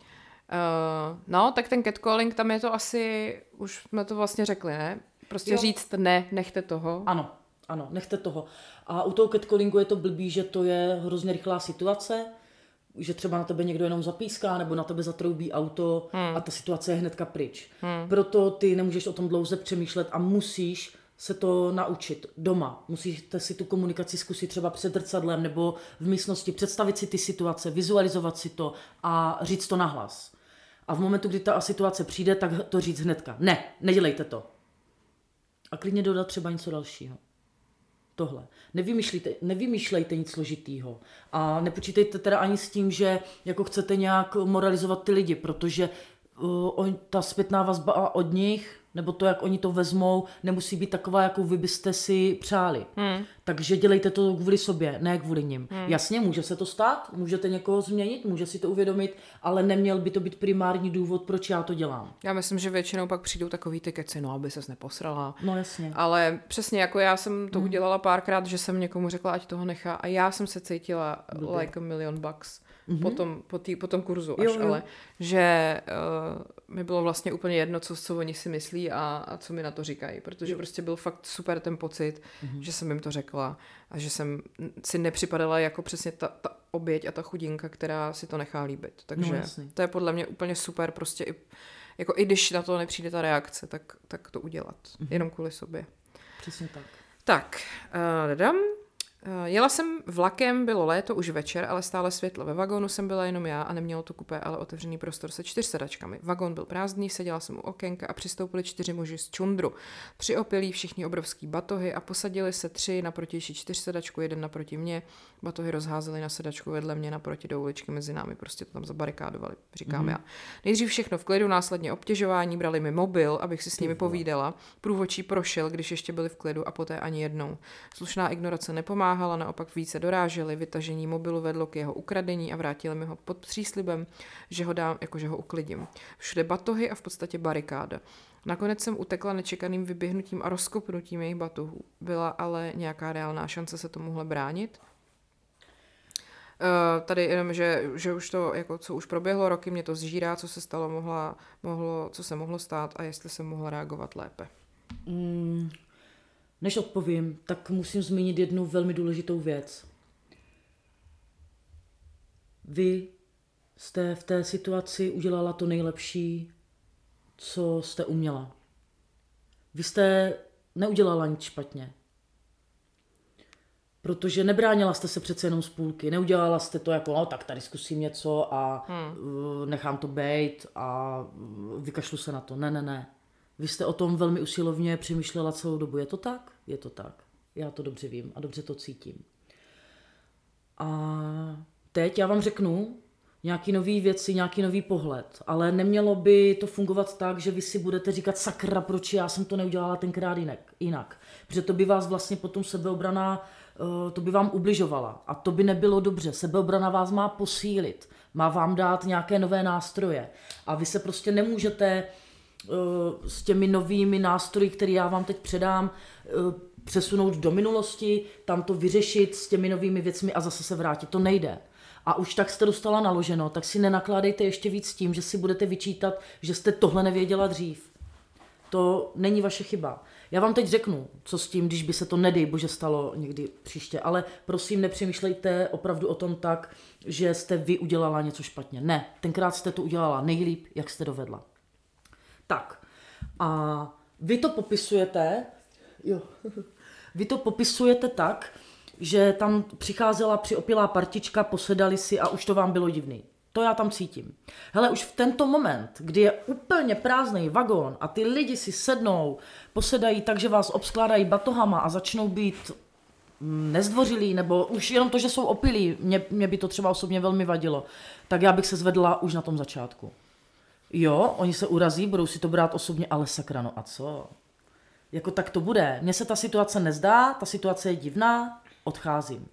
Uh, no, tak ten catcalling, tam je to asi, už jsme to vlastně řekli, ne? Prostě jo. Říct ne, nechte toho. Ano, ano, nechte toho. A u toho catcallingu je to blbý, že to je hrozně rychlá situace, že třeba na tebe někdo jenom zapíská nebo na tebe zatroubí auto hmm. a ta situace je hnedka pryč. Hmm. Proto ty nemůžeš o tom dlouze přemýšlet a musíš se to naučit doma. Musíte si tu komunikaci zkusit třeba před zrcadlem nebo v místnosti, představit si ty situace, vizualizovat si to a říct to nahlas. A v momentu, kdy ta situace přijde, tak to říct hnedka. Ne, nedělejte to. A klidně dodat třeba něco dalšího. Tohle. Nevymýšlejte, nevymýšlejte nic složitýho. A nepočítejte teda ani s tím, že jako chcete nějak moralizovat ty lidi, protože uh, ta zpětná vazba od nich, nebo to, jak oni to vezmou, nemusí být taková, jakou vy byste si přáli. Hmm. Takže dělejte to kvůli sobě, ne kvůli nim. Hmm. Jasně, může se to stát, můžete někoho změnit, může si to uvědomit, ale neměl by to být primární důvod, proč já to dělám. Já myslím, že většinou pak přijdou takový ty keci, no, aby ses neposrala. No jasně. Ale přesně jako já jsem to hmm. udělala párkrát, že jsem někomu řekla, ať toho nechá a já jsem se cítila Blbě. like a million bucks. Mm-hmm. Po, tom, po, tý, po tom kurzu až, jo, jo. ale že uh, mi bylo vlastně úplně jedno, co, co oni si myslí a, a co mi na to říkají, protože jo. prostě byl fakt super ten pocit, mm-hmm. že jsem jim to řekla a že jsem si nepřipadala jako přesně ta, ta oběť a ta chudinka, která si to nechá líbit. Takže no, to je podle mě úplně super, prostě i, jako i když na to nepřijde ta reakce, tak, tak to udělat. Mm-hmm. Jenom kvůli sobě. Přesně tak. Tak, uh, dadam. Jela jsem vlakem, bylo léto, už večer, ale stále světlo. Ve vagónu jsem byla jenom já a nemělo to kupé, ale otevřený prostor se čtyřsedačkami. Vagón byl prázdný, seděla jsem u okénka a přistoupili čtyři muži z čundru. Tři opilí, všichni obrovský batohy a posadili se tři na protější čtyřsedačku, jeden naproti mě. Batohy rozházeli na sedačku vedle mě naproti do uličky mezi námi, prostě to tam zabarikádovali, říkám mm. já. Nejdřív všechno v klidu, následně obtěžování, brali mi mobil, abych si s nimi povídala. Průvodčí prošel, když ještě byli v klidu a poté ani jednou. Slušná ignorace nepomáhala, naopak více doráželi, vytažení mobilu vedlo k jeho ukradení a vrátili mi ho pod příslibem, že ho dám, jakože ho uklidím. Všude batohy a v podstatě barikáda. Nakonec jsem utekla nečekaným vyběhnutím a rozkopnutím jejich batohů. Byla ale nějaká reálná šance se tomuhle bránit? Uh, tady jenom, že, že už to, jako co už proběhlo roky, mě to zžírá, co se stalo, mohla, mohlo, co se mohlo stát a jestli jsem mohla reagovat lépe. Mm, než odpovím, tak musím zmínit jednu velmi důležitou věc. Vy jste v té situaci udělala to nejlepší, co jste uměla. Vy jste neudělala nic špatně. Protože nebránila jste se přece jenom z půlky, neudělala jste to jako, no tak tady zkusím něco a hmm. nechám to bejt a vykašlu se na to. Ne, ne, ne. Vy jste o tom velmi usilovně přemýšlela celou dobu. Je to tak? Je to tak. Já to dobře vím a dobře to cítím. A teď já vám řeknu nějaký nový věci, nějaký nový pohled, ale nemělo by to fungovat tak, že vy si budete říkat sakra, proč já jsem to neudělala tenkrát jinak. jinak. Protože to by vás vlastně potom sebeobrana, to by vám ubližovala a to by nebylo dobře. Sebeobrana vás má posílit, má vám dát nějaké nové nástroje a vy se prostě nemůžete s těmi novými nástroji, které já vám teď předám, přesunout do minulosti, tam to vyřešit s těmi novými věcmi a zase se vrátit. To nejde. A už tak jste dostala naloženo, tak si nenakládejte ještě víc tím, že si budete vyčítat, že jste tohle nevěděla dřív. To není vaše chyba. Já vám teď řeknu, co s tím, když by se to nedej bože stalo někdy příště, ale prosím, nepřemýšlejte opravdu o tom tak, že jste vy udělala něco špatně. Ne, tenkrát jste to udělala nejlíp, jak jste dovedla. Tak, a vy to popisujete, jo, vy to popisujete tak, že tam přicházela přiopilá partička, posedali si a už to vám bylo divný. To já tam cítím. Hele, už v tento moment, kdy je úplně prázdný vagón a ty lidi si sednou, posedají tak, že vás obskládají batohama a začnou být nezdvořilí, nebo už jenom to, že jsou opilí, mě, mě by to třeba osobně velmi vadilo, tak já bych se zvedla už na tom začátku. Jo, oni se urazí, budou si to brát osobně, ale sakra, no a co? Jako tak to bude. Mně se ta situace nezdá, ta situace je divná, odcházím.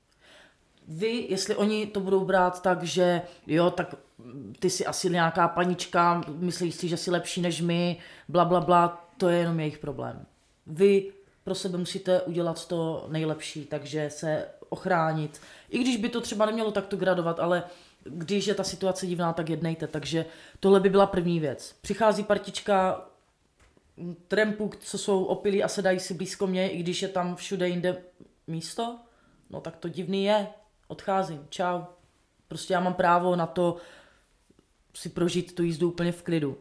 Vy, jestli oni to budou brát tak, že jo, tak ty jsi asi nějaká panička, myslíš si, že jsi lepší než my, bla, bla, bla, to je jenom jejich problém. Vy pro sebe musíte udělat to nejlepší, takže se ochránit. I když by to třeba nemělo takto gradovat, ale když je ta situace divná, tak jednejte. Takže tohle by byla první věc. Přichází partička trampů, co jsou opilí a sedají si blízko mě, i když je tam všude jinde místo, no tak to divný je. Odcházím, čau. Prostě já mám právo na to si prožít tu jízdu úplně v klidu.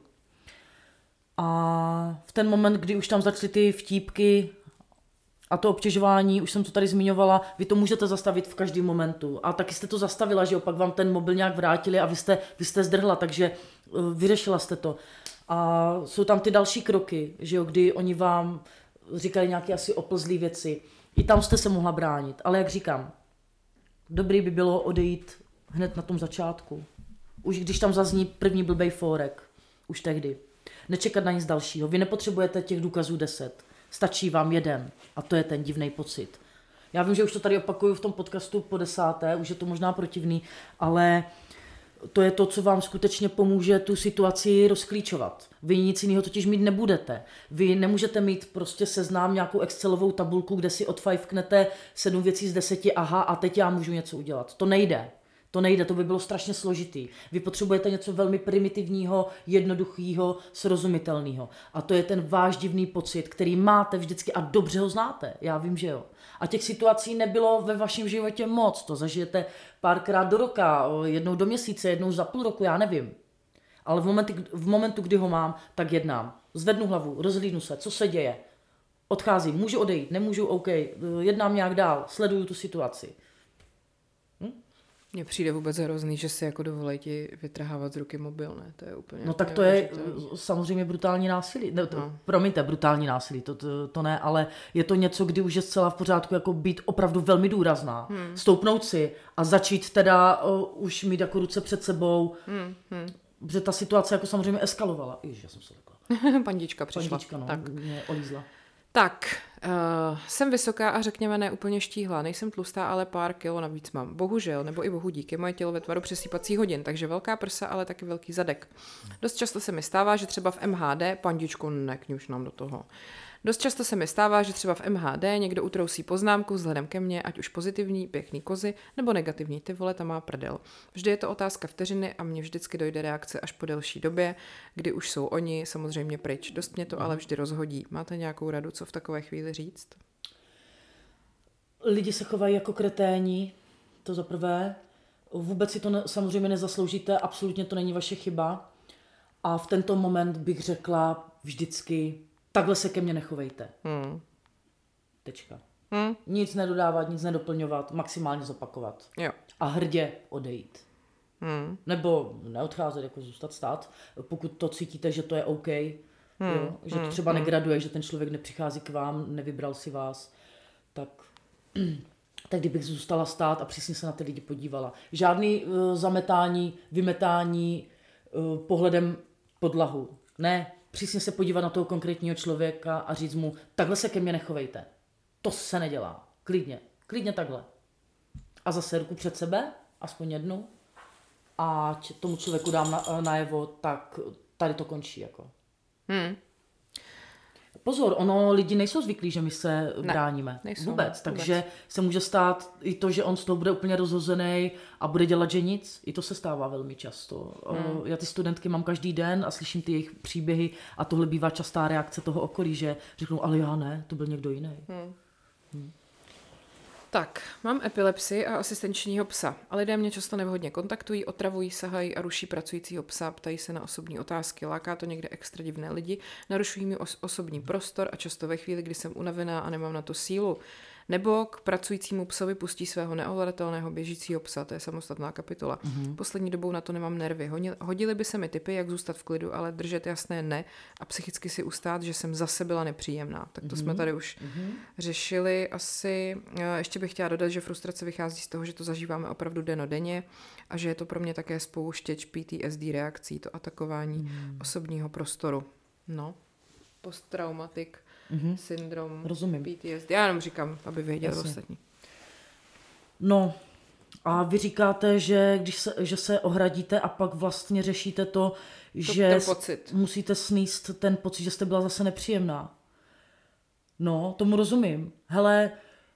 A v ten moment, kdy už tam začaly ty vtípky a to obtěžování, už jsem to tady zmiňovala, vy to můžete zastavit v každém momentu. A taky jste to zastavila, že opak vám ten mobil nějak vrátili a vy jste, vy jste zdrhla, takže vyřešila jste to. A jsou tam ty další kroky, že jo, kdy oni vám říkali nějaké asi oplzlé věci. I tam jste se mohla bránit, ale jak říkám, dobrý by bylo odejít hned na tom začátku. Už když tam zazní první blbej fórek, už tehdy. Nečekat na nic dalšího. Vy nepotřebujete těch důkazů deset. Stačí vám jeden. A to je ten divný pocit. Já vím, že už to tady opakuju v tom podcastu po desáté, už je to možná protivný, ale to je to, co vám skutečně pomůže tu situaci rozklíčovat. Vy nic jiného totiž mít nebudete. Vy nemůžete mít prostě seznám, nějakou excelovou tabulku, kde si odfajfknete sedm věcí z deseti, aha, a teď já můžu něco udělat. To nejde. To nejde, to by bylo strašně složitý. Vy potřebujete něco velmi primitivního, jednoduchého, srozumitelného. A to je ten váš divný pocit, který máte vždycky a dobře ho znáte. Já vím, že jo. A těch situací nebylo ve vašem životě moc. To zažijete párkrát do roka, jednou do měsíce, jednou za půl roku, já nevím. Ale v momentu, v momentu, kdy ho mám, tak jednám. Zvednu hlavu, rozhlídnu se, co se děje. odcházím, můžu odejít, nemůžu, OK, jednám nějak dál, sleduju tu situaci. Mně přijde vůbec hrozný, že si jako dovolej ti vytrhávat z ruky mobil, ne? To je úplně... No tak to je samozřejmě brutální násilí. No, to, no. Promiňte, brutální násilí, to, to, to ne, ale je to něco, kdy už je zcela v pořádku jako být opravdu velmi důrazná. Hmm. Stoupnout si a začít teda uh, už mít jako ruce před sebou, hmm. Hmm. Protože ta situace jako samozřejmě eskalovala. Ježiš, já jsem se lekla. Pandička přišla. Pandička, no, tak. Mě olízla. Tak, uh, jsem vysoká a řekněme ne úplně štíhlá, nejsem tlustá, ale pár kilo navíc mám. Bohužel, nebo i bohu díky, moje tělo ve tvaru přesýpací hodin, takže velká prsa, ale taky velký zadek. Dost často se mi stává, že třeba v M H D, pandičku, nekňuš nám do toho. Dost často se mi stává, že třeba v M H D někdo utrousí poznámku vzhledem ke mně, ať už pozitivní, pěkný kozy, nebo negativní, ty vole, tam má prdel. Vždy je to otázka vteřiny a mně vždycky dojde reakce až po delší době, kdy už jsou oni samozřejmě pryč. Dost mě to ale vždy rozhodí. Máte nějakou radu, co v takové chvíli říct? Lidi se chovají jako kreténi, to za prvé. Vůbec si to ne, samozřejmě nezasloužíte, absolutně to není vaše chyba. A v tento moment bych řekla vždycky: takhle se ke mně nechovejte. Hmm. Tečka. Hmm. Nic nedodávat, nic nedoplňovat, maximálně zopakovat. Jo. A hrdě odejít. Hmm. Nebo neodcházet, jako zůstat stát, pokud to cítíte, že to je OK. Hmm. Jo? Že to třeba hmm. negraduje, že ten člověk nepřichází k vám, nevybral si vás. Tak, tak kdybych zůstala stát a přesně se na ty lidi podívala. Žádný uh, zametání, vymetání uh, pohledem podlahu. Ne. Přesně se podívat na toho konkrétního člověka a říct mu: takhle se ke mně nechovejte. To se nedělá. Klidně. Klidně takhle. A zase ruku před sebe, aspoň jednu, a tomu člověku dám na, najevo, tak tady to končí. Jako. Hmm. Pozor, ono, lidi nejsou zvyklí, že my se ne, bráníme. Nejsou, vůbec. Takže vůbec. Se může stát i to, že on z toho bude úplně rozhozený a bude dělat, že nic. I to se stává velmi často. Hmm. Já ty studentky mám každý den a slyším ty jejich příběhy a tohle bývá častá reakce toho okolí, že řeknou: ale já ne, to byl někdo jiný. Hmm. Hmm. Tak, mám epilepsii a asistenčního psa. A lidé mě často nevhodně kontaktují, otravují, sahají a ruší pracujícího psa, ptají se na osobní otázky, láká to někde extra divné lidi, narušují mi os- osobní prostor a často ve chvíli, kdy jsem unavená a nemám na to sílu. Nebo k pracujícímu psovi pustí svého neovladatelného běžícího psa, to je samostatná kapitola. Mm-hmm. Poslední dobou na to nemám nervy. Hodily by se mi tipy, jak zůstat v klidu, ale držet jasné ne a psychicky si ustát, že jsem zase byla nepříjemná. Tak to mm-hmm. jsme tady už mm-hmm. řešili asi. Ještě bych chtěla dodat, že frustrace vychází z toho, že to zažíváme opravdu dennodenně a že je to pro mě také spouštěč P T S D reakcí, to atakování mm. osobního prostoru. No, posttraumatik. Mm-hmm. syndrom, rozumím. P T S D. Já jenom říkám, aby věděli ostatní. No a vy říkáte, že když se, že se ohradíte a pak vlastně řešíte to, to že pocit. musíte sníst ten pocit, že jste byla zase nepříjemná. No, tomu rozumím. Hele,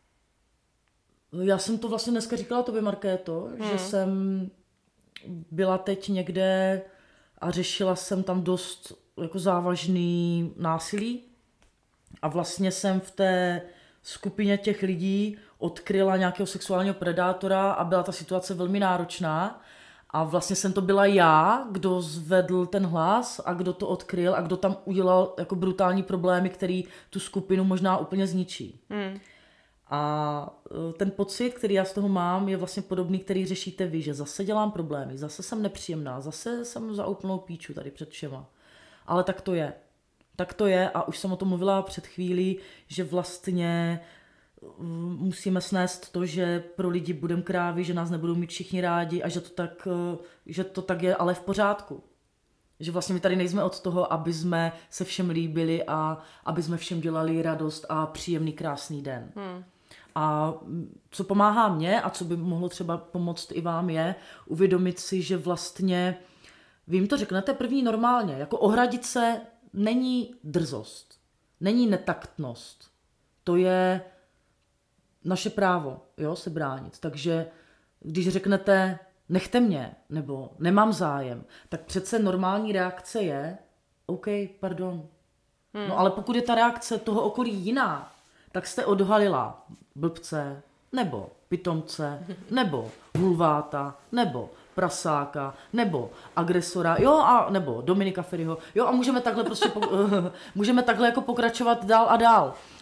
já jsem to vlastně dneska říkala tobě, Markéto, hmm. že jsem byla teď někde a řešila jsem tam dost jako závažný násilí. A vlastně jsem v té skupině těch lidí odkryla nějakého sexuálního predátora a byla ta situace velmi náročná. A vlastně jsem to byla já, kdo zvedl ten hlas a kdo to odkryl a kdo tam udělal jako brutální problémy, který tu skupinu možná úplně zničí. Hmm. A ten pocit, který já z toho mám, je vlastně podobný, který řešíte vy, že zase dělám problémy, zase jsem nepříjemná, zase jsem za úplnou píču tady před všema. Ale tak to je. Tak to je a už jsem o tom mluvila před chvílí, že vlastně musíme snést to, že pro lidi budeme krávy, že nás nebudou mít všichni rádi a že to tak, že to tak je ale v pořádku. Že vlastně my tady nejsme od toho, aby jsme se všem líbili a aby jsme všem dělali radost a příjemný, krásný den. Hmm. A co pomáhá mně a co by mohlo třeba pomoct i vám je uvědomit si, že vlastně vy jim to řeknete první normálně, jako ohradit se není drzost, není netaktnost, to je naše právo, jo, se bránit. Takže když řeknete nechte mě, nebo nemám zájem, tak přece normální reakce je OK, pardon. Hmm. No ale pokud je ta reakce toho okolí jiná, tak jste odhalila blbce, nebo pitomce, nebo hulváta, nebo prasáka, nebo agresora, jo, a nebo Dominika Feriho, jo, a můžeme takhle prostě po, můžeme takhle jako pokračovat dál a dál.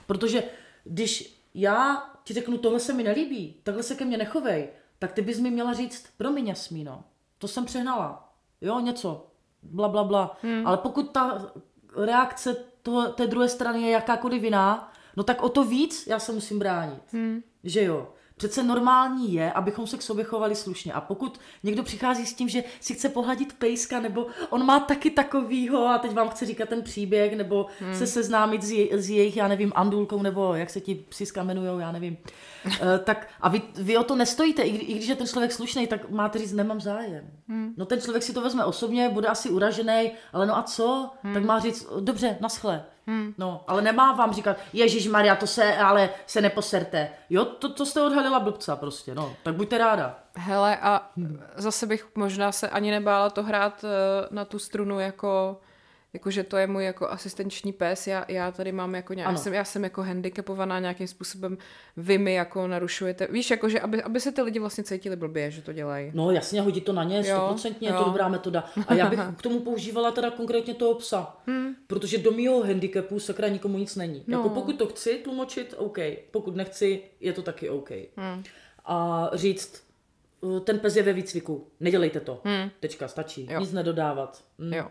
Protože když já ti řeknu, tohle se mi nelíbí, takhle se ke mně nechovej, tak ty bys mi měla říct, promiň Jasmíno, to jsem přehnala, jo, něco, bla, bla, bla. Hmm. Ale pokud ta reakce toho, té druhé strany je jakákoliv jiná, no tak o to víc já se musím bránit, hmm. že jo. Přece normální je, abychom se k sobě chovali slušně. A pokud někdo přichází s tím, že si chce pohladit pejska, nebo on má taky takovýho a teď vám chce říkat ten příběh, nebo hmm. se seznámit s, je, s jejich, já nevím, andulkou, nebo jak se ti psiska jmenujou, já nevím. uh, tak a vy, vy o to nestojíte, i, i když je ten člověk slušný, tak máte říct, nemám zájem. Hmm. No ten člověk si to vezme osobně, bude asi uražený, ale no a co? Hmm. Tak má říct, dobře, naschle. Hmm. No, ale nemá vám říkat, Ježišmarja, to se, ale se neposerte. Jo, to, to jste odhalila blbca prostě, no, tak buďte ráda. Hele, a hmm. zase bych možná se ani nebála to hrát uh, na tu strunu jako, jako, že to je můj jako asistenční pes, já, já tady mám jako nějak, já jsem, já jsem jako handicapovaná nějakým způsobem, vy mi jako narušujete, víš, jako, že aby, aby se ty lidi vlastně cítili blbě, že to dělají. No jasně, hodit to na ně, stoprocentně je to dobrá metoda. A já bych k tomu používala teda konkrétně toho psa, hmm. protože do mýho handicapu sakra nikomu nic není. No. Jako pokud to chci tlumočit, OK, pokud nechci, je to taky OK. Hmm. A říct, ten pes je ve výcviku, nedělejte to, hmm. tečka, stačí, jo. Nic nedodávat. Hmm. Jo.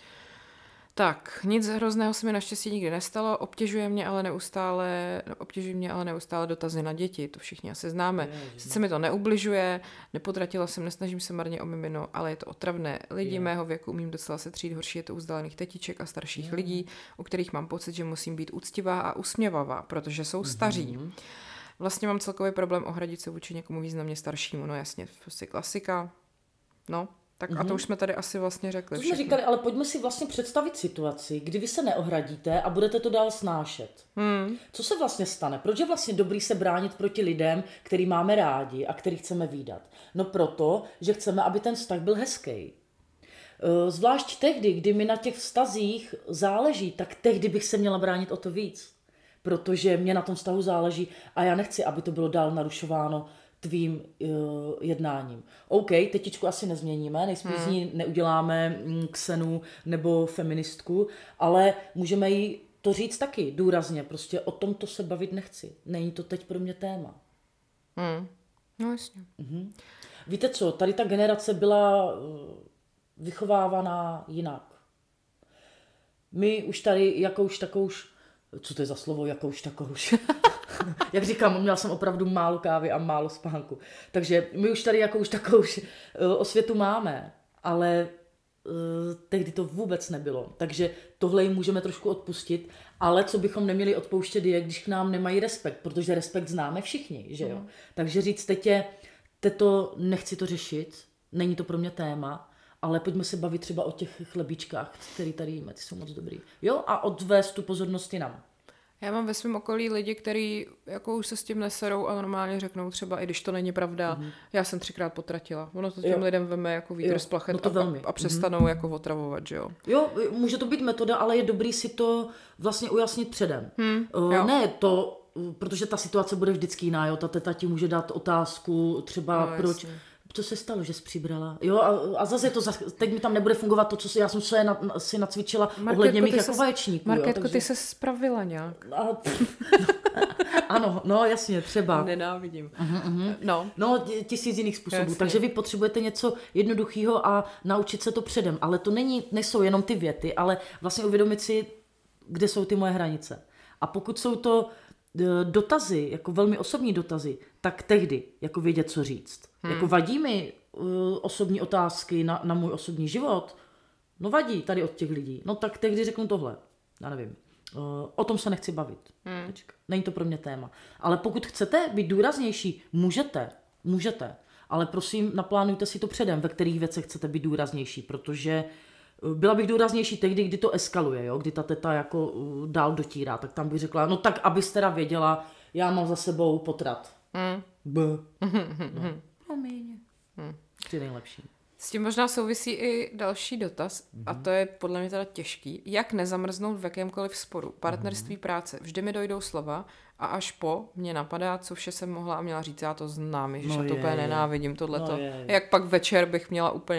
Tak, nic hrozného se mi naštěstí nikdy nestalo, obtěžuje mě ale neustále, obtěžují mě ale neustále dotazy na děti, to všichni asi známe. Sice mi to neubližuje, nepotratila jsem, nesnažím se marně o mimino, ale je to otravné. Lidi je. Mého věku umím docela se třít, horší je to u vzdálených tetiček a starších je. Lidí, u kterých mám pocit, že musím být úctivá a usměvavá, protože jsou staří. Mm-hmm. Vlastně mám celkový problém ohradit se vůči někomu významně staršímu, no jasně, prostě klasika, no. Tak a to už jsme tady asi vlastně řekli. To jsme říkali, ale pojďme si vlastně představit situaci, kdy vy se neohradíte a budete to dál snášet. Hmm. Co se vlastně stane? Proč je vlastně dobrý se bránit proti lidem, který máme rádi a který chceme vídat? No proto, že chceme, aby ten vztah byl hezký. Zvlášť tehdy, kdy mi na těch vztazích záleží, tak tehdy bych se měla bránit o to víc. Protože mě na tom vztahu záleží a já nechci, aby to bylo dál narušováno tvým uh, jednáním. OK, tetičku asi nezměníme, nejspíš hmm. z ní neuděláme mm, ksenu nebo feministku, ale můžeme jí to říct taky důrazně, prostě o tomto se bavit nechci. Není to teď pro mě téma. Hmm. No jasně. Uh-huh. Víte co, tady ta generace byla uh, vychovávaná jinak. My už tady jakouž takouž, co to je za slovo, jakouž takouž? Jak říkám, měla jsem opravdu málo kávy a málo spánku. Takže my už tady jakouž takovou osvětu máme, ale uh, tehdy to vůbec nebylo. Takže tohle jim můžeme trošku odpustit, ale co bychom neměli odpouštět je, když k nám nemají respekt, protože respekt známe všichni, že jo. Mm. Takže říct tetě, teto, nechci to řešit, není to pro mě téma, ale pojďme se bavit třeba o těch chlebíčkách, který tady jíme, ty jsou moc dobrý. Jo, a odvést tu pozornost jinam. Já mám ve svém okolí lidi, kteří jako už se s tím neserou a normálně řeknou třeba, i když to není pravda, mm-hmm. já jsem třikrát potratila. Ono to těm jo. lidem veme jako vítr z plachet no to a, velmi. a přestanou mm-hmm. jako otravovat, že jo. Jo, může to být metoda, ale je dobrý si to vlastně ujasnit předem. Hmm, uh, ne to, protože ta situace bude vždycky jiná, jo. Ta teta ti může dát otázku třeba no, proč... Jasně. Co se stalo, že jsi přibrala? Jo, a, a zase je to, teď mi tam nebude fungovat to, co si, já jsem se na, si nacvičila Markétko, ohledně mých jako vaječníků. Markétko, takže... ty se spravila nějak. A, ano, no jasně, třeba. Nenávidím. Uh-huh, uh-huh. No. no, tisíc jiných způsobů. Jasně. Takže vy potřebujete něco jednoduchého a naučit se to předem. Ale to není, nejsou jenom ty věty, ale vlastně uvědomit si, kde jsou ty moje hranice. A pokud jsou to dotazy, jako velmi osobní dotazy, tak tehdy jako vědět, co říct. Hmm. Jako vadí mi uh, osobní otázky na, na můj osobní život? No vadí tady od těch lidí. No tak tehdy řeknu tohle. Já nevím. Uh, o tom se nechci bavit. Hmm. Není to pro mě téma. Ale pokud chcete být důraznější, můžete. Můžete. Ale prosím, naplánujte si to předem, ve kterých věcech chcete být důraznější, protože byla bych důraznější tehdy, kdy to eskaluje, jo? Kdy ta teta jako uh, dál dotírá, tak tam bych řekla, no tak abyste teda věděla, já mám za sebou potrat. Mm. B. No. No méně. Mm. Ty nejlepší. S tím možná souvisí i další dotaz, mm-hmm. a to je podle mě teda těžký. Jak nezamrznout v jakémkoliv sporu? Partnerství, mm-hmm. práce. Vždy mi dojdou slova a až po mě napadá, co vše jsem mohla a měla říct, já to znám, že no to úplně nenávidím, tohleto. No je, je. Jak pak večer bych měla úplně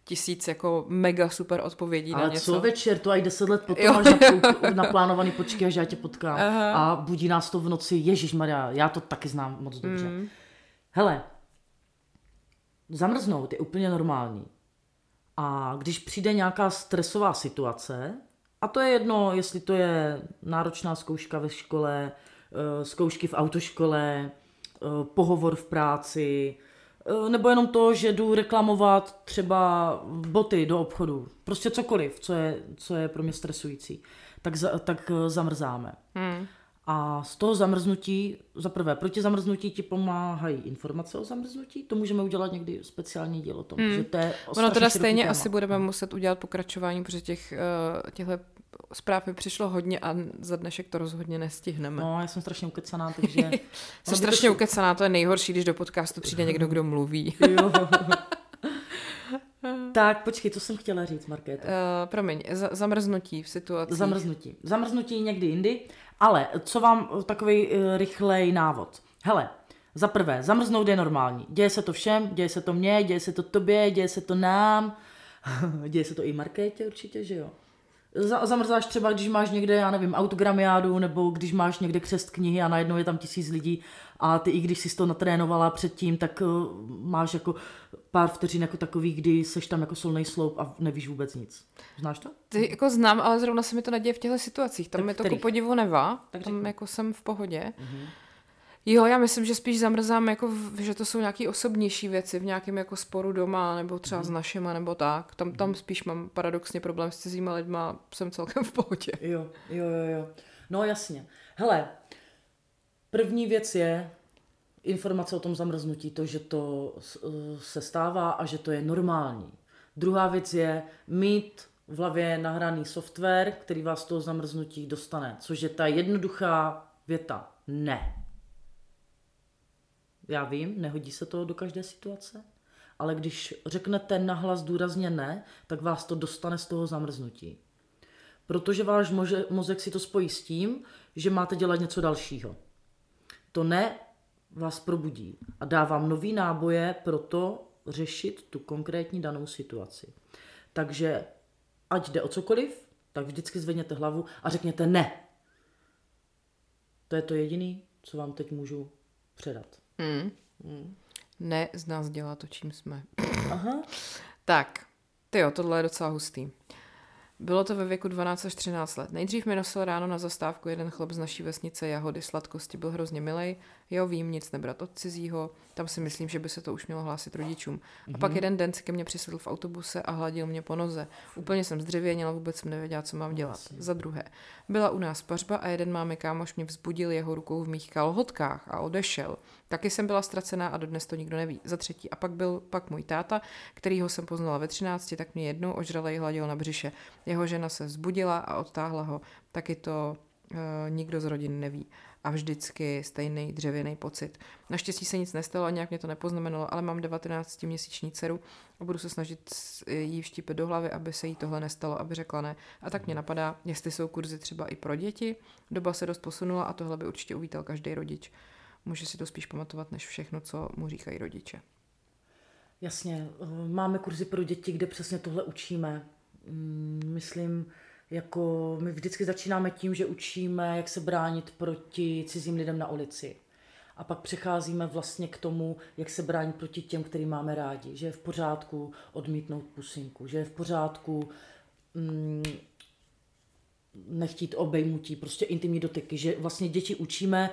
tisíc jako mega super odpovědí ale na něco. Ale co večer, to aj deset let potom jo. máš naplánovaný počkej, že já tě potkám. Aha. A budí nás to v noci, ježišmarja, já to taky znám moc dobře. Mm. Hele, zamrznout je úplně normální. A když přijde nějaká stresová situace, a to je jedno, jestli to je náročná zkouška ve škole, zkoušky v autoškole, pohovor v práci, nebo jenom to, že jdu reklamovat třeba boty do obchodu. Prostě cokoliv, co je, co je pro mě stresující. Tak, za, tak zamrzáme. Hmm. A z toho zamrznutí, za prvé, proti zamrznutí ti pomáhají informace o zamrznutí, to můžeme udělat někdy speciální díl o tom, hmm. že to je ono teda stejně téma. Asi budeme muset udělat pokračování, protože těch, těchto zpráv mi přišlo hodně a za dnešek to rozhodně nestihneme. No, já jsem strašně ukecaná, takže... Jsem strašně to... ukecaná, to je nejhorší, když do podcastu přijde někdo, kdo mluví. Jo. Tak, počkej, co jsem chtěla říct, Markéta? Uh, promiň, za- zamrznutí v situaci. Zamrznutí. Zamrznutí někdy jindy, ale co vám takový uh, rychlej návod. Hele, za prvé, zamrznout je normální. Děje se to všem, děje se to mně, děje se to tobě, děje se to nám, děje se to i Markétě určitě, že jo? Zamrzáš třeba, když máš někde, já nevím, autogramiádu, nebo když máš někde křest knihy a najednou je tam tisíc lidí a ty i když jsi to natrénovala předtím, tak uh, máš jako pár vteřin jako takových, kdy seš tam jako solnej sloup a nevíš vůbec nic. Znáš to? Ty jako znám, ale zrovna se mi to neděje v těchto situacích. Tam tak mi to ku podivu nevá, tak tam řeknu. Jako jsem v pohodě. Uh-huh. Jo, já myslím, že spíš zamrzám, jako, že to jsou nějaké osobnější věci v nějakém jako sporu doma, nebo třeba mm. s našima, nebo tak. Tam, tam spíš mám paradoxně problém s cizíma lidma, jsem celkem v pohodě. Jo, jo, jo, jo. No jasně. Hele, první věc je informace o tom zamrznutí, to, že to se stává a že to je normální. Druhá věc je mít v hlavě nahraný software, který vás z toho zamrznutí dostane, což je ta jednoduchá věta. Ne. Já vím, nehodí se to do každé situace, ale když řeknete nahlas důrazně ne, tak vás to dostane z toho zamrznutí. Protože váš može, mozek si to spojí s tím, že máte dělat něco dalšího. To ne vás probudí a dá vám nový náboje pro to řešit tu konkrétní danou situaci. Takže ať jde o cokoliv, tak vždycky zvedněte hlavu a řekněte ne. To je to jediné, co vám teď můžu předat. Hmm. Hmm. Ne z nás dělá to, čím jsme. Aha. Tak, tyjo, tohle je docela hustý. Bylo to ve věku dvanáct až třináct let. Nejdřív mi nosil ráno na zastávku jeden chlap z naší vesnice jahody, sladkosti, byl hrozně milej. Jo, vím, nic nebrat od cizího. Tam si myslím, že by se to už mělo hlásit rodičům. A mm-hmm. pak jeden den si ke mně přisedl v autobuse a hladil mě po noze. Úplně jsem zdřevěněla, vůbec jsem nevěděla, co mám dělat. Asi. Za druhé, byla u nás pařba a jeden máme kámoš mě vzbudil jeho rukou v mých kalhotkách a odešel. Taky jsem byla ztracená a dodnes to nikdo neví. Za třetí, a pak byl pak můj táta, kterýho jsem poznala ve třinácti, tak mě jednou ožralej hladil na břiše. Jeho žena se vzbudila a odtáhla ho. Taky to e, nikdo z rodiny neví. A vždycky stejný dřevěný pocit. Naštěstí se nic nestalo a nějak mě to nepoznamenalo, ale mám devatenáctiměsíční dceru a budu se snažit jí vštípit do hlavy, aby se jí tohle nestalo, aby řekla ne. A tak mě napadá, jestli jsou kurzy třeba i pro děti. Doba se dost posunula a tohle by určitě uvítal každý rodič. Může si to spíš pamatovat, než všechno, co mu říkají rodiče. Jasně, máme kurzy pro děti, kde přesně tohle učíme. Myslím, jako my vždycky začínáme tím, že učíme, jak se bránit proti cizím lidem na ulici. A pak přecházíme vlastně k tomu, jak se bránit proti těm, který máme rádi. Že je v pořádku odmítnout pusinku, že je v pořádku mm, nechtít obejmutí, prostě intimní dotyky. Že vlastně děti učíme,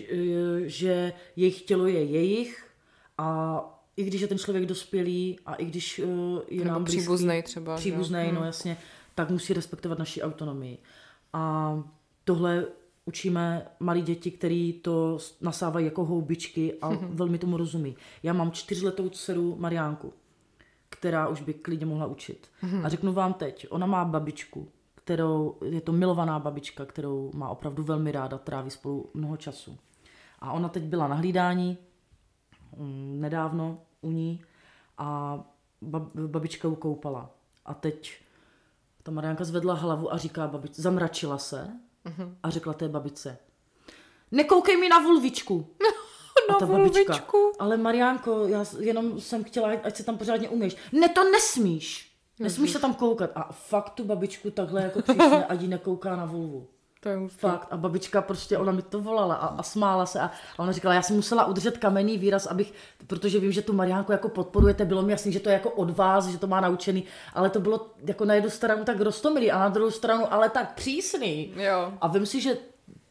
že jejich tělo je jejich a i když je ten člověk dospělý a i když je nám blízký, příbuznej třeba. Příbuznej, no jasně, tak musí respektovat naši autonomii. A tohle učíme malí děti, který to nasávají jako houbičky a mm-hmm. velmi tomu rozumí. Já mám čtyřletou dceru Mariánku, která už by klidně mohla učit. Mm-hmm. A řeknu vám teď, ona má babičku, kterou, je to milovaná babička, kterou má opravdu velmi ráda, tráví spolu mnoho času. A ona teď byla na hlídání um, nedávno u ní a bab, babička ju koupala. A teď ta Mariánka zvedla hlavu a říká babičce, zamračila se uh-huh. a řekla té babičce, nekoukej mi na vulvičku. Na a ta babička, volvičku. ale Mariánko, já jenom jsem chtěla, ať se tam pořádně umíš. Ne, to nesmíš. Nesmíš se tam koukat. A fakt tu babičku takhle jako příšně, ať jí nekouká na vulvu. To je hustý. Fakt. A babička prostě, ona mi to volala a, a smála se a, a ona říkala, já jsem musela udržet kamenný výraz, abych, protože vím, že tu Mariánku jako podporujete, bylo mi jasný, že to je jako od vás, že to má naučený, ale to bylo jako na jednu stranu tak roztomilý a na druhou stranu ale tak přísný. Jo. A vím si, že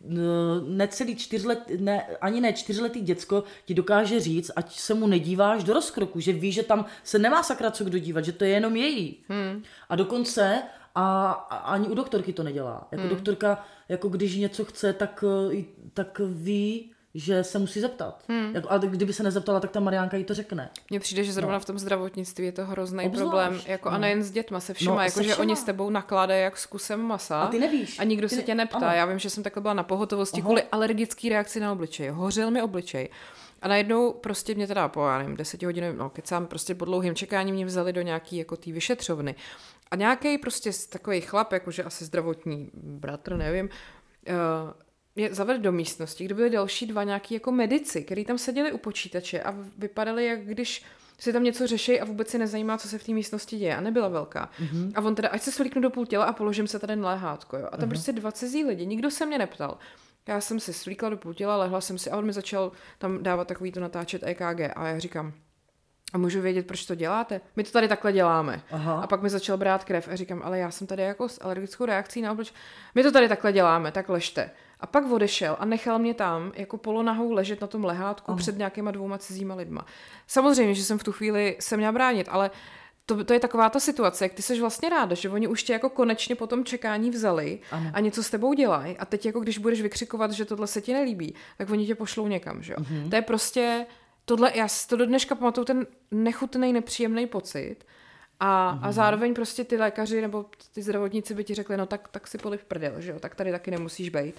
necelý čtyřlet, ne, ani ne čtyřletý děcko ti dokáže říct, ať se mu nedíváš do rozkroku, že ví, že tam se nemá sakra co kdo dívat, že to je jenom její. Hmm. A dokonce a, a ani u doktorky to nedělá. Jako hmm. doktorka, jako když něco chce, tak, tak ví, že se musí zeptat. Hmm. Jako, a kdyby se nezeptala, tak ta Mariánka jí to řekne. Mně přijde, že zrovna no. v tom zdravotnictví je to hrozný Obzvlášť, problém. Jako, no. A nejen s dětma, se všema. No, jako, se že všema. oni s tebou nakládají jak s kusem masa. A ty nevíš. A nikdo ty se ne... tě neptá. Ano. Já vím, že jsem takhle byla na pohotovosti Aha. kvůli alergické reakci na obličej. Hořel mi obličej. A najednou prostě mě teda po, já nevím, deseti hodin, no kecám, prostě po dlouhým čekání mě vzali do nějaký jako tý vyšetřovny. A nějaký prostě takový chlap, jakože asi zdravotní bratr, nevím, uh, mě zavedl do místnosti, kde byly další dva nějaký jako medici, kteří tam seděli u počítače a vypadali, jak když si tam něco řeší a vůbec si nezajímá, co se v té místnosti děje. A nebyla velká. Mm-hmm. A on teda, ať se svlíknu do půl těla a položím se tady na lehátko. Jo. A tam mm-hmm. prostě dva cizí lidi, nikdo se mě neptal. Já jsem se svlíkla do půl těla, lehla jsem si a on mi začal tam dávat takový to natáčet E K G. A já říkám, a můžu vědět, proč to děláte? My to tady takhle děláme. Aha. A pak mi začal brát krev a říkám, ale já jsem tady jako s alergickou reakcí na obličej. My to tady takhle děláme, tak ležte. A pak odešel a nechal mě tam jako polonahou ležet na tom lehátku Aha. před nějakýma dvouma cizíma lidma. Samozřejmě, že jsem v tu chvíli se měla bránit, ale to, to je taková ta situace, jak ty seš vlastně ráda, že oni už tě jako konečně po tom čekání vzali ano. a něco s tebou dělají a teď jako když budeš vykřikovat, že tohle se ti nelíbí, tak oni tě pošlou někam, že jo. Mhm. To je prostě tohle, já si to do dneška pamatuju, ten nechutný, nepříjemný pocit a, mm. a zároveň prostě ty lékaři nebo ty zdravotníci by ti řekli, no tak, tak si poliv prdel, že jo, tak tady taky nemusíš bejt.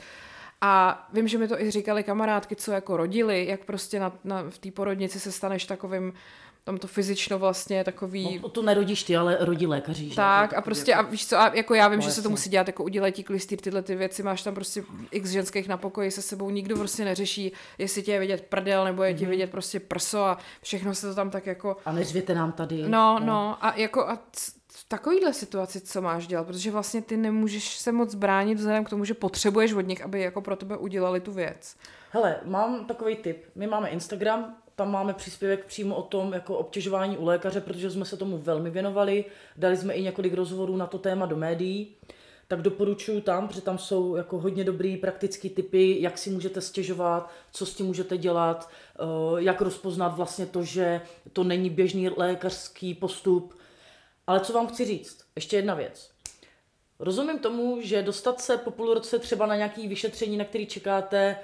A vím, že mi to i říkali kamarádky, co jako rodili, jak prostě na, na, v té porodnici se staneš takovým, tam to fyzično vlastně takový... No, to nerodíš ty, ale rodí lékaři. Že? Tak a prostě, a víš co, a jako já vím, no, že jasně. se to musí dělat, jako udělají ti klistýr, tyhle ty věci, máš tam prostě x ženských na pokoji se sebou, nikdo prostě neřeší, jestli tě je vidět prdel, nebo je ti mm-hmm. vidět prostě prso a všechno se to tam tak jako... A neřvěte nám tady. No, no, no a jako a v takovýhle situaci, co máš dělat, protože vlastně ty nemůžeš se moc bránit vzhledem k tomu, že potřebuješ od nich, aby jako pro tebe udělali tu věc. Hele, mám takový tip, my máme Instagram, tam máme příspěvek přímo o tom jako obtěžování u lékaře, protože jsme se tomu velmi věnovali, dali jsme i několik rozhovorů na to téma do médií, tak doporučuji tam, protože tam jsou jako hodně dobrý praktický tipy, jak si můžete stěžovat, co s tím můžete dělat, jak rozpoznat vlastně to, že to není běžný lékařský postup. Ale co vám chci říct? Ještě jedna věc. Rozumím tomu, že dostat se po půl roce třeba na nějaké vyšetření, na který čekáte,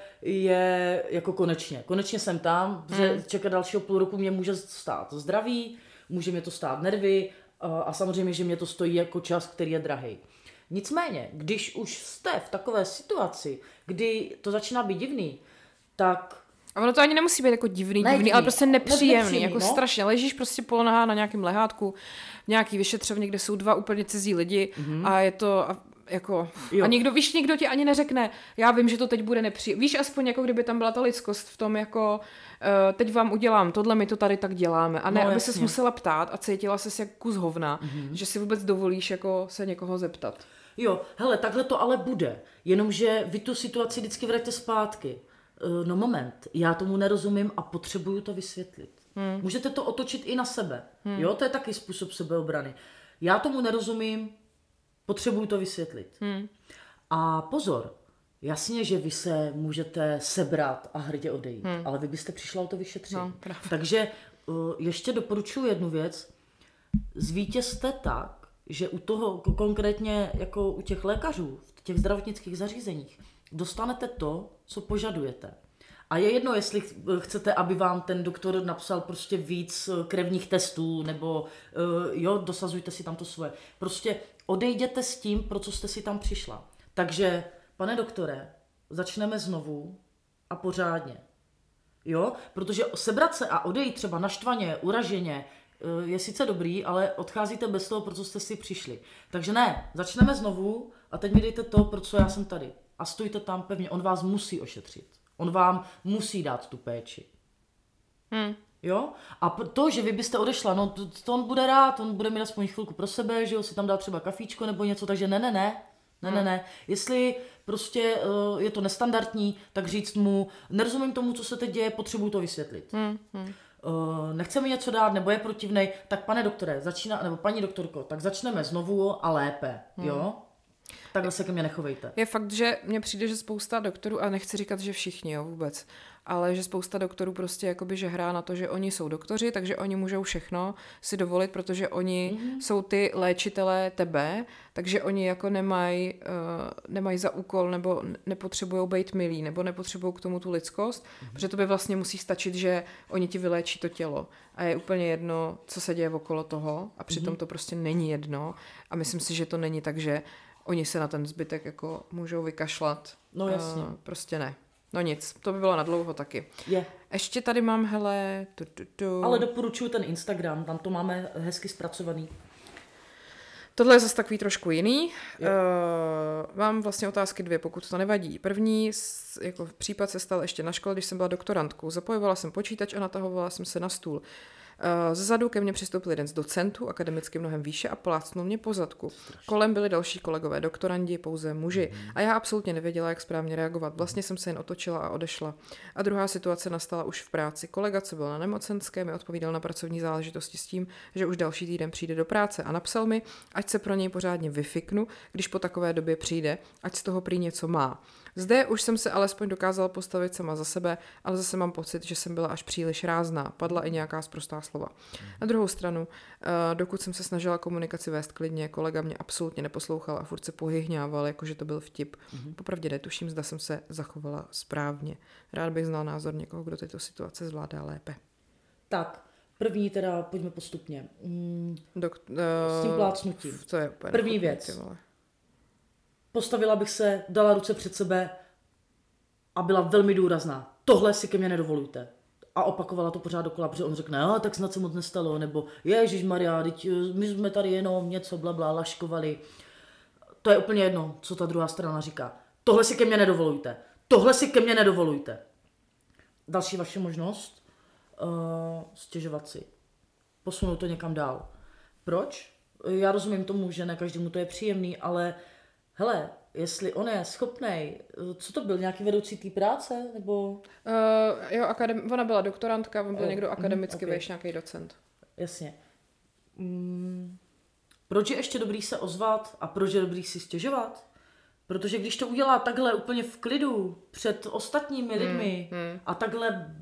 je jako konečně. Konečně jsem tam, že hmm. čekat dalšího půl roku mě může stát zdraví, může mě to stát nervy a samozřejmě, že mě to stojí jako čas, který je drahý. Nicméně, když už jste v takové situaci, kdy to začíná být divný, tak... A ono to ani nemusí být jako divný, ne, divný, divný, ale prostě nepříjemný, nepříjemný jako no? strašně. Ležíš prostě polonahá na nějakém lehátku, nějaký vyšetřovně, kde jsou dva úplně cizí lidi mm-hmm. a je to a jako... Jo. A nikdo, víš, nikdo ti ani neřekne, já vím, že to teď bude nepříjemný. Víš, aspoň jako kdyby tam byla ta lidskost v tom jako, uh, teď vám udělám tohle, my to tady tak děláme. A ne, no, aby ses musela ptát a cítila ses jak kus hovna, mm-hmm. že si vůbec dovolíš jako se někoho zeptat. Jo, hele, takhle to ale bude. Jenomže vy tu situaci vždycky vraťte zpátky. No moment, já tomu nerozumím a potřebuju to vysvětlit. Hmm. Můžete to otočit i na sebe. Hmm. Jo, to je taky způsob sebeobrany. Já tomu nerozumím, potřebuju to vysvětlit. Hmm. A pozor, jasně, že vy se můžete sebrat a hrdě odejít, hmm. ale vy byste přišla o to vyšetření. No, takže uh, ještě doporučuji jednu věc. Zvítězte tak, že u toho, konkrétně jako u těch lékařů, v těch zdravotnických zařízeních, dostanete to, co požadujete. A je jedno, jestli chcete, aby vám ten doktor napsal prostě víc krevních testů, nebo jo, dosazujte si tam to svoje. Prostě odejděte s tím, pro co jste si tam přišla. Takže, pane doktore, začneme znovu a pořádně. Jo, protože sebrat se a odejít třeba naštvaně, uraženě, je sice dobrý, ale odcházíte bez toho, pro co jste si přišli. Takže ne, začneme znovu a teď mi dejte to, pro co já jsem tady. A stůjte tam pevně, on vás musí ošetřit. On vám musí dát tu péči. Hmm. Jo? A to, že vy byste odešla, no to, to on bude rád, on bude mít aspoň chvilku pro sebe, že jo, si tam dá třeba kafíčko nebo něco, takže ne, ne, ne. Ne, ne, ne. Jestli prostě uh, je to nestandardní, tak říct mu, nerozumím tomu, co se teď děje, potřebuju to vysvětlit. Hmm. Hmm. Uh, nechce mi něco dát, nebo je protivnej, tak pane doktore, začíná, nebo paní doktorko, tak začneme znovu a lépe, hmm. jo? Takhle se ke mně nechovejte. Je fakt, že mně přijde, že spousta doktorů, a nechci říkat, že všichni, jo, vůbec, ale že spousta doktorů prostě jakoby, že hrá na to, že oni jsou doktoři, takže oni můžou všechno si dovolit, protože oni mm-hmm. jsou ty léčitelé tebe, takže oni jako nemají uh, nemaj za úkol, nebo nepotřebují být milí, nebo nepotřebují k tomu tu lidskost, mm-hmm. protože to by vlastně musí stačit, že oni ti vyléčí to tělo. A je úplně jedno, co se děje okolo toho, a přitom mm-hmm. to prostě není jedno. A myslím si, že to není tak, že oni se na ten zbytek jako můžou vykašlat. No jasně. Uh, prostě ne. No nic, to by bylo na dlouho taky. Je. Ještě tady mám, hele... Tu, tu, tu. Ale doporučuji ten Instagram, tam to máme hezky zpracovaný. Tohle je zase takový trošku jiný. Uh, mám vlastně otázky dvě, pokud to nevadí. První, jako případ se stal ještě na škole, když jsem byla doktorantkou. Zapojovala jsem počítač a natahovala jsem se na stůl. Zezadu ke mně přistoupil jeden z docentů, akademicky mnohem výše, a plácnul mě po zadku. Kolem byli další kolegové doktorandi, pouze muži. A já absolutně nevěděla, jak správně reagovat. Vlastně jsem se jen otočila a odešla. A druhá situace nastala už v práci. Kolega, co byl na nemocenské, mi odpovídal na pracovní záležitosti s tím, že už další týden přijde do práce, a napsal mi, ať se pro něj pořádně vyfiknu, když po takové době přijde, ať z toho prý něco má. Zde už jsem se alespoň dokázala postavit sama za sebe, ale zase mám pocit, že jsem byla až příliš rázná. Padla i nějaká sprostá slova. Na druhou stranu, dokud jsem se snažila komunikaci vést klidně, kolega mě absolutně neposlouchal a furt se pohyhňával, jakože to byl vtip. Mm-hmm. Popravdě netuším, zda jsem se zachovala správně. Rád bych znal názor někoho, kdo tyto situace zvládá lépe. Tak, první teda, pojďme postupně. Mm, Dok- uh, s tím plácnutím. To je úplně první věc. Postavila bych se, dala ruce před sebe a byla velmi důrazná. Tohle si ke mně nedovolujte. A opakovala to pořád dokola, protože on řekne, no, tak snad se moc nestalo, nebo ježišmarja, teď my jsme tady jenom něco blabla laškovali. To je úplně jedno, co ta druhá strana říká. Tohle si ke mně nedovolujte. Tohle si ke mně nedovolujte. Další vaše možnost, uh, stěžovat si. Posunout to někam dál. Proč? Já rozumím tomu, že ne každému to je příjemný, ale hele, jestli on je schopnej, co to byl, nějaký vedoucí té práce, nebo? Uh, jo, akadem- ona byla doktorantka, on byl oh, někdo akademicky okay. vejš, nějaký docent. Jasně. Mm, proč je ještě dobrý se ozvat a proč je dobrý si stěžovat? Protože když to udělá takhle úplně v klidu před ostatními lidmi hmm, hmm. a takhle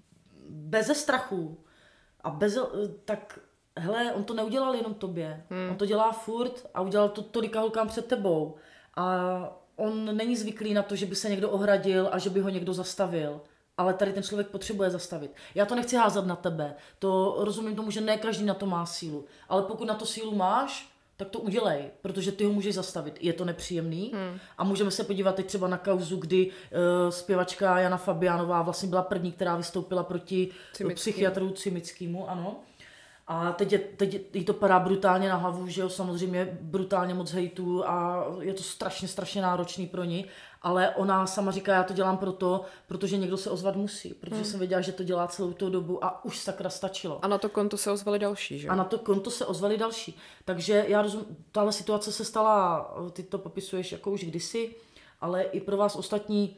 beze strachu a bez, tak hele, on to neudělal jenom tobě. Hmm. On to dělá furt a udělal to tolika holkám před tebou. A on není zvyklý na to, že by se někdo ohradil a že by ho někdo zastavil. Ale tady ten člověk potřebuje zastavit. Já to nechci házet na tebe. To rozumím tomu, že ne každý na to má sílu. Ale pokud na to sílu máš, tak to udělej, protože ty ho můžeš zastavit. Je to nepříjemný. Hmm. A můžeme se podívat teď třeba na kauzu, kdy uh, zpěvačka Jana Fabiánová vlastně byla první, která vystoupila proti Cimický. psychiatru Cimickému, ano. A teď, je, teď jí to padá brutálně na hlavu, že jo, samozřejmě brutálně moc hejtů a je to strašně, strašně náročný pro ní, ale ona sama říká, já to dělám proto, protože někdo se ozvat musí, protože hmm. jsem věděla, že to dělá celou tu dobu a už sakra stačilo. A na to konto se ozvali další, že jo? A na to konto se ozvali další. Takže já rozumím, tahle situace se stala, ty to popisuješ jako už kdysi, ale i pro vás ostatní,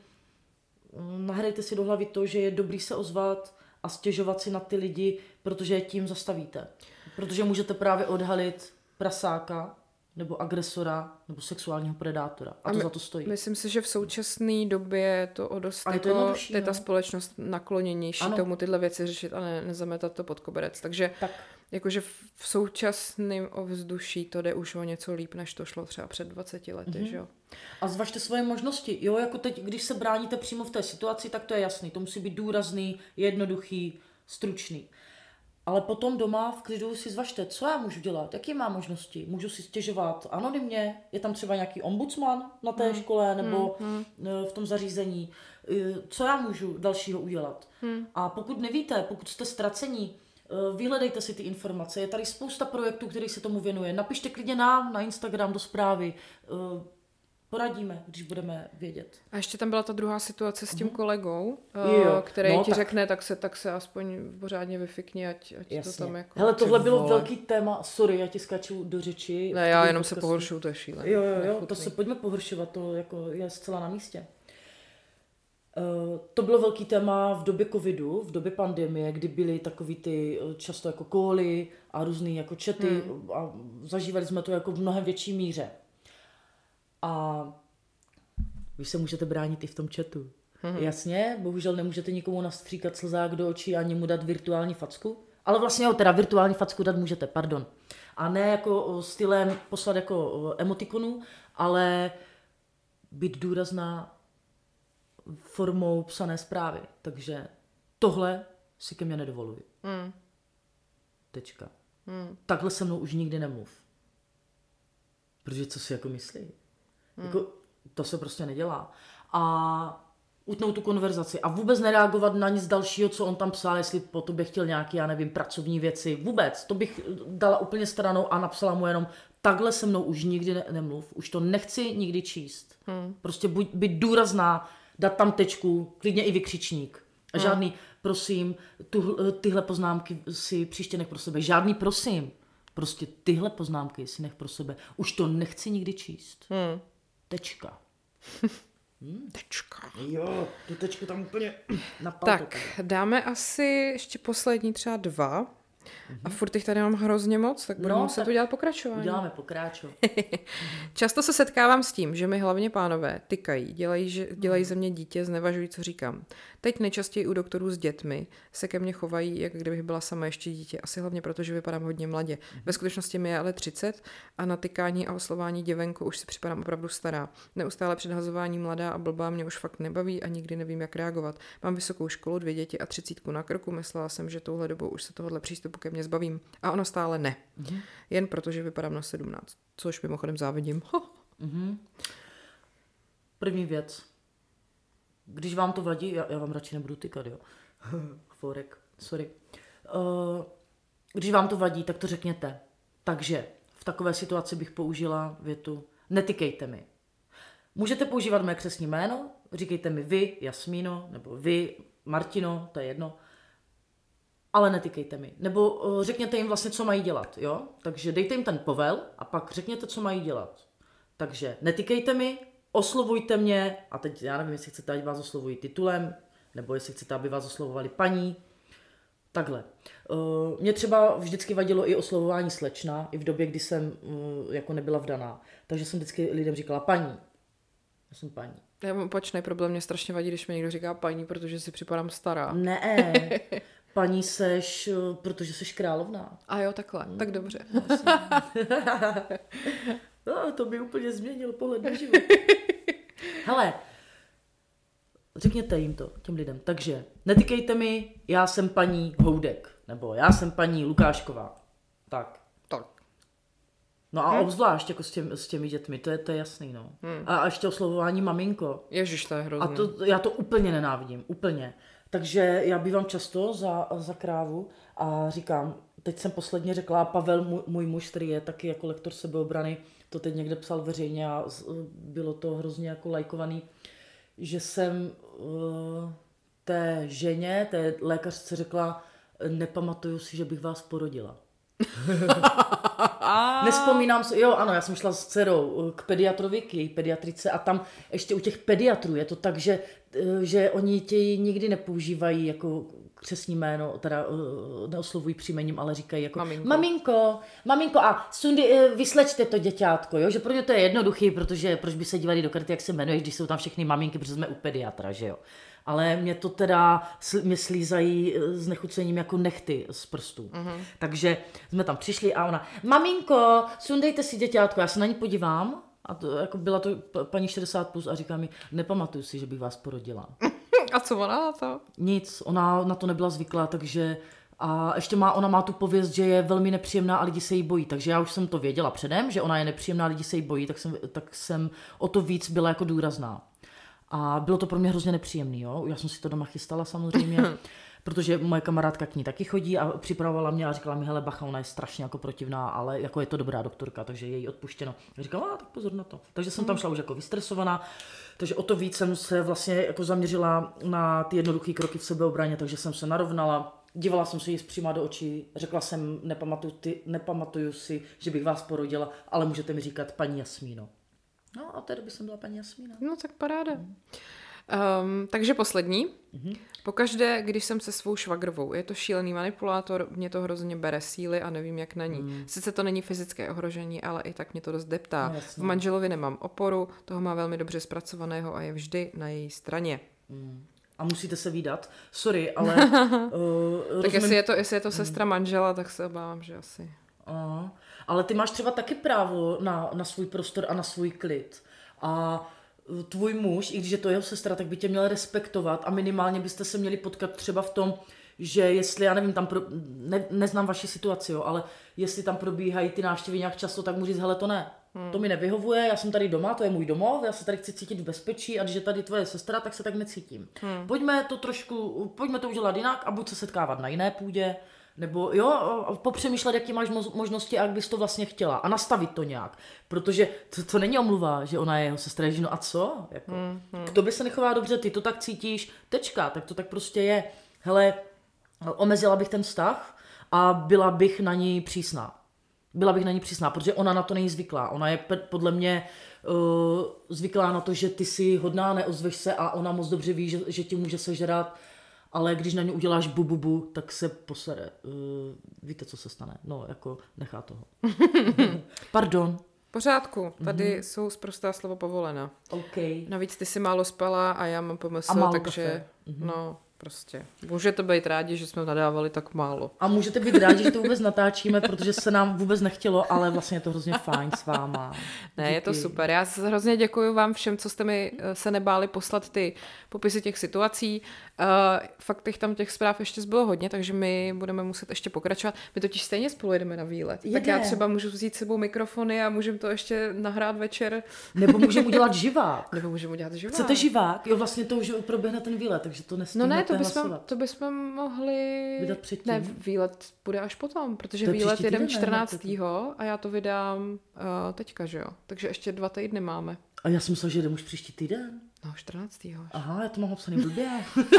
nahrajte si do hlavy to, že je dobrý se ozvat a stěžovat si na ty lidi, protože je tím zastavíte. Protože můžete právě odhalit prasáka, nebo agresora, nebo sexuálního predátora. A, a to my, za to stojí. Myslím si, že v současné době je to o dost jako, je no? ta společnost nakloněnější ano. tomu tyhle věci řešit a ne, nezametat to pod koberec. Takže tak. jakože v současném ovzduší to jde už o něco líp, než to šlo třeba před dvaceti lety, mm-hmm. že jo? A zvažte svoje možnosti. Jo, jako teď, když se bráníte přímo v té situaci, tak to je jasný. To musí být důrazný, jednoduchý, stručný. Ale potom doma v klidu si zvažte, co já můžu dělat, jaké mám možnosti. Můžu si stěžovat anonymně, je tam třeba nějaký ombudsman na té hmm. škole nebo hmm. v tom zařízení. Co já můžu dalšího udělat? Hmm. A pokud nevíte, pokud jste ztracení, vyhledejte si ty informace. Je tady spousta projektů, který se tomu věnuje. Napište klidně nám na Instagram do zprávy. poradíme, když budeme vědět. A ještě tam byla ta druhá situace s tím mm. kolegou, jo, který no, ti tak. řekne, tak se, tak se aspoň pořádně vyfikni, ať, ať to tam jako... Hele, tohle bylo velký téma, sorry, já ti skáču do řeči. Ne, já jenom podcastu. Se pohoršuju, to je šílené. Jo, jo, jo, to se pojďme pohoršovat, to jako je zcela na místě. Uh, to bylo velký téma v době covidu, v době pandemie, kdy byly takový ty často jako cally a různý jako chaty hmm. a zažívali jsme to jako v mnohem větší míře. A vy se můžete bránit i v tom chatu. Hmm. Jasně, bohužel nemůžete nikomu nastříkat slzák do očí ani mu dát virtuální facku, ale vlastně jo, teda virtuální facku dát můžete, pardon. A ne jako stylem poslat jako emotikonu, ale být důrazná formou psané zprávy. Takže tohle si ke mně nedovoluji. Mm. Tečka. Mm. Takhle se mnou už nikdy nemluv. Protože co si jako myslí? Mm. Jako, to se prostě nedělá. A utnout tu konverzaci a vůbec nereagovat na nic dalšího, co on tam psal, jestli po tobě chtěl nějaký, já nevím, pracovní věci. Vůbec. To bych dala úplně stranou a napsala mu jenom takhle se mnou už nikdy ne- nemluv. Už to nechci nikdy číst. Mm. Prostě buď, být důrazná, dát tam tečku, klidně i vykřičník. A žádný, hmm. prosím, tu, tyhle poznámky si příště nech pro sebe. Žádný prosím. Prostě tyhle poznámky si nech pro sebe. Už to nechci nikdy číst. Hmm. Tečka. hmm? Tečka. Jo, tu tečku tam úplně napadlo. Tak, dáme asi ještě poslední třeba dva. Mm-hmm. A furt těch tady mám hrozně moc, tak budeme no, muset udělat pokračování. Uděláme pokračování. Často se setkávám s tím, že mi hlavně pánové tykají, dělají, že, dělají ze mě dítě, znevažují, co říkám. Teď nejčastěji u doktorů s dětmi se ke mně chovají, jak kdybych byla sama ještě dítě. Asi hlavně proto, že vypadám hodně mladě. Mm-hmm. Ve skutečnosti mi je ale třicet a na tykání a oslování děvenko už si připadám opravdu stará. Neustále předhazování mladá a blbá mě už fakt nebaví a nikdy nevím, jak reagovat. Mám vysokou školu, dvě děti a třicítku na krku. Myslela jsem, že touhle dobou už se tohohle přístupu ke mně zbavím. A ono stále ne. Mm-hmm. Jen proto, že vypadám na sedmnáct. Což mimochodem závidím. mm-hmm. První věc. Když vám to vadí, já, já vám radši nebudu tykat, jo. Forek, sorry. Uh, když vám to vadí, tak to řekněte. Takže v takové situaci bych použila větu netykejte mi. Můžete používat mé křestní jméno, říkejte mi vy, Jasmíno, nebo vy, Martino, to je jedno. Ale netykejte mi. Nebo uh, řekněte jim vlastně, co mají dělat, jo? Takže dejte jim ten povel a pak řekněte, co mají dělat. Takže netykejte mi, oslovujte mě, a teď já nevím, jestli chcete, ať vás oslovují titulem, nebo jestli chcete, aby vás oslovovali paní. Takhle. Uh, mě třeba vždycky vadilo i oslovování slečna, i v době, kdy jsem uh, jako nebyla vdaná. Takže jsem vždycky lidem říkala paní. Já jsem paní. Já mám opačný problém, mě strašně vadí, když mi někdo říká paní, protože si připadám stará. Ne, paní seš, protože seš královna. A jo, takhle, mm. tak dobře. No, to by úplně změnilo pohled na život. Hele, řekněte jim to, těm lidem. Takže netykejte mi, já jsem paní Houdek, nebo já jsem paní Lukášková. Tak. Tak. No a hm? obzvlášť jako s, těm, s těmi dětmi, to je, to je jasný, no. Hm. A ještě oslovování maminko. Ježiš, to je hrozný. A to, já to úplně nenávidím, úplně. Takže já bývám často za, za krávu a říkám, teď jsem posledně řekla, Pavel, můj, můj muž, který je taky jako lektor sebeobrany, to teď někde psal veřejně a bylo to hrozně jako lajkovaný, že jsem uh, té ženě, té lékařce řekla, nepamatuju si, že bych vás porodila. Nespomínám si, jo ano, já jsem šla s dcerou k pediatrovi, k její pediatrice a tam ještě u těch pediatrů je to tak, že, že oni tě nikdy nepoužívají jako křestní jméno, teda neoslovují příjmením, ale říkají jako maminko, maminko, maminko a Sundi, vyslečte to děťátko, jo, že pro ně to je jednoduchý, protože proč by se dívali do karty, jak se jmenuješ, když jsou tam všechny maminky, protože jsme u pediatra, že jo. Ale mě to teda, mě slízají s nechucením jako nechty z prstů. Mm-hmm. Takže jsme tam přišli a ona, maminko, sundejte si děťátko, já se na ní podívám a to, jako byla to paní šedesát plus a říká mi, nepamatuju si, že bych vás porodila. A co ona na to? Nic, ona na to nebyla zvyklá, takže a ještě má, ona má tu pověst, že je velmi nepříjemná a lidi se jí bojí, takže já už jsem to věděla předem, že ona je nepříjemná a lidi se jí bojí, tak jsem, tak jsem o to víc byla jako důrazná. A bylo to pro mě hrozně nepříjemný, jo. Já jsem si to doma chystala samozřejmě. protože moje kamarádka k ní taky chodí a připravovala mě a říkala mi, hele bacha, ona je strašně jako protivná, ale jako je to dobrá doktorka, takže je jí odpuštěno. A říkala, a tak pozor na to. Takže jsem tam šla už jako vystresovaná, takže o to víc jsem se vlastně jako zaměřila na ty jednoduché kroky v sebeobraně, takže jsem se narovnala, dívala jsem se jí přímo do očí, řekla jsem, nepamatuju, ty, nepamatuju si, že bych vás porodila, ale můžete mi říkat paní Jasmíno. No a té doby jsem byla paní Jasmína. No tak paráda. Hmm. Um, takže poslední. Mm-hmm. Pokaždé, když jsem se svou švagrovou, je to šílený manipulátor, mě to hrozně bere síly a nevím, jak na ní. Mm. Sice to není fyzické ohrožení, ale i tak mě to dost deptá. No, v manželovi nemám oporu, toho má velmi dobře zpracovaného a je vždy na její straně. Mm. A musíte se vídat. Sorry, ale... uh, tak rozumím... jestli je to, jestli je to sestra manžela, tak se obávám, že asi... Uh, ale ty máš třeba taky právo na, na svůj prostor a na svůj klid. A tvůj muž, i když je to jeho sestra, tak by tě měl respektovat a minimálně byste se měli potkat třeba v tom, že jestli, já nevím, tam pro, ne, neznám vaši situaci, jo, ale jestli tam probíhají ty návštěvy nějak často, tak mu říct, hele, to ne, hmm. to mi nevyhovuje, já jsem tady doma, to je můj domov, já se tady chci cítit v bezpečí a když je tady tvoje sestra, tak se tak necítím. Hmm. Pojďme to trošku, pojďme to udělat jinak a buď se setkávat na jiné půdě, nebo jo, popřemýšlet, jaký máš možnosti a jak bys to vlastně chtěla. A nastavit to nějak. Protože to, to není omluva, že ona je jeho sestra. Že no a co? Jako, mm, mm. K tobě se nechová dobře, ty to tak cítíš, tečka, tak to tak prostě je. Hele, omezila bych ten vztah a byla bych na ní přísná. Byla bych na ní přísná, protože ona na to není zvyklá. Ona je podle mě uh, zvyklá na to, že ty si hodná, neozveš se a ona moc dobře ví, že, že ti může sežrat. Ale když na ně uděláš bu, bu, bu, tak se posere. Uh, víte, co se stane? No, jako nechá toho. Pardon. Pořádku, tady mm-hmm. jsou sprostá slova povolena. Okay. Navíc ty si málo spala a já mám pomysl, takže mm-hmm. no, prostě. Můžete být rádi, že jsme nadávali tak málo. A můžete být rádi, že to vůbec natáčíme, protože se nám vůbec nechtělo, ale vlastně je to hrozně fajn s váma. Ne, díky. Je to super. Já hrozně děkuji vám všem, co jste mi se nebáli poslat ty popisy těch situací. Uh, fakt těch tam těch zpráv ještě zbylo hodně, takže my budeme muset ještě pokračovat. My totiž stejně spolu jedeme na výlet. Jede. Tak já třeba můžu vzít s sebou mikrofony a můžeme to ještě nahrát večer. Nebo můžeme udělat živák. Nebo můžeme udělat živák. Chcete živák? Jo, vlastně to už proběhne ten výlet, takže to nestihnete No ne, to bychom, hlasovat. to bychom mohli... Vydat předtím. Ne, výlet bude až potom, protože výlet jedem čtrnáctého a já to vydám uh, teďka, že jo. Takže ještě dva týdny máme. A já jsem myslel, že jdem už příští týden. No, čtrnáctého Aha, já to mám obsaný blbě.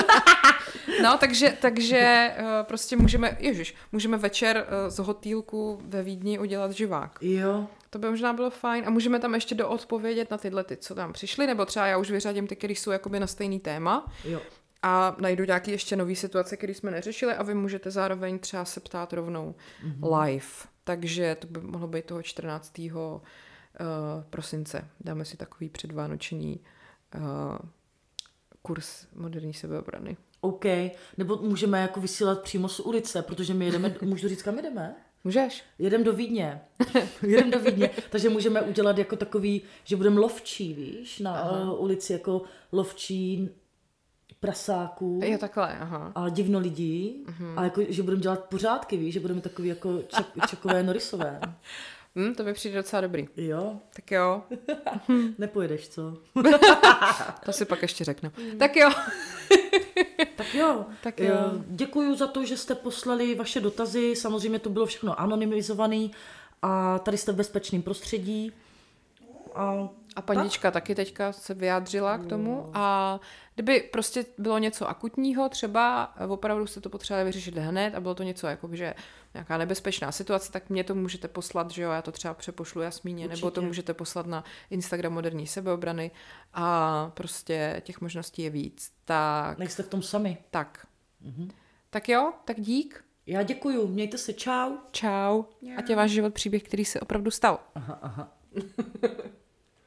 No, takže, takže uh, prostě můžeme, ježiš, můžeme večer uh, z hotýlku ve Vídni udělat živák. Jo. To by možná bylo fajn a můžeme tam ještě doodpovědět na tyhle ty, co tam přišly, nebo třeba já už vyřadím ty, které jsou jakoby na stejný téma. Jo. A najdu nějaké ještě nové situace, které jsme neřešili a vy můžete zároveň třeba se ptát rovnou mm-hmm. live. Takže to by mohlo být toho čtrnáctého Uh, prosince. Dáme si takový předvánoční uh, kurz moderní sebeobrany. OK. Nebo můžeme jako vysílat přímo z ulice, protože my jedeme, můžu říct, kam jedeme? Můžeš. Jedem do Vídně. Jedem do Vídně. Takže můžeme udělat jako takový, že budeme lovčí, víš, na uh, ulici jako lovčí prasáků. Jo, takhle, aha. A divno lidí. Uh-huh. A jako, že budeme dělat pořádky, víš, že budeme takový jako ček, čekové Norrisové. Hmm, to mi přijde docela dobrý. Jo. Tak jo. Nepojedeš, co? To si pak ještě řeknu. Hmm. Tak jo. Tak jo. Tak jo. Děkuju za to, že jste poslali vaše dotazy. Samozřejmě to bylo všechno anonymizované a tady jste v bezpečném prostředí. A, a panička tak? taky teďka se vyjádřila k tomu a kdyby prostě bylo něco akutního, třeba opravdu jste to potřebovali vyřešit hned a bylo to něco jako, že nějaká nebezpečná situace, tak mě to můžete poslat, že jo, já to třeba přepošlu Jasmíně, určitě. Nebo to můžete poslat na Instagram moderní sebeobrany a prostě těch možností je víc. Tak. Nejste v tom sami. Tak. Mhm. Tak jo, tak dík. Já děkuju, mějte se, čau. Čau. Ať je váš život příběh, který se opravdu stal. Aha, aha.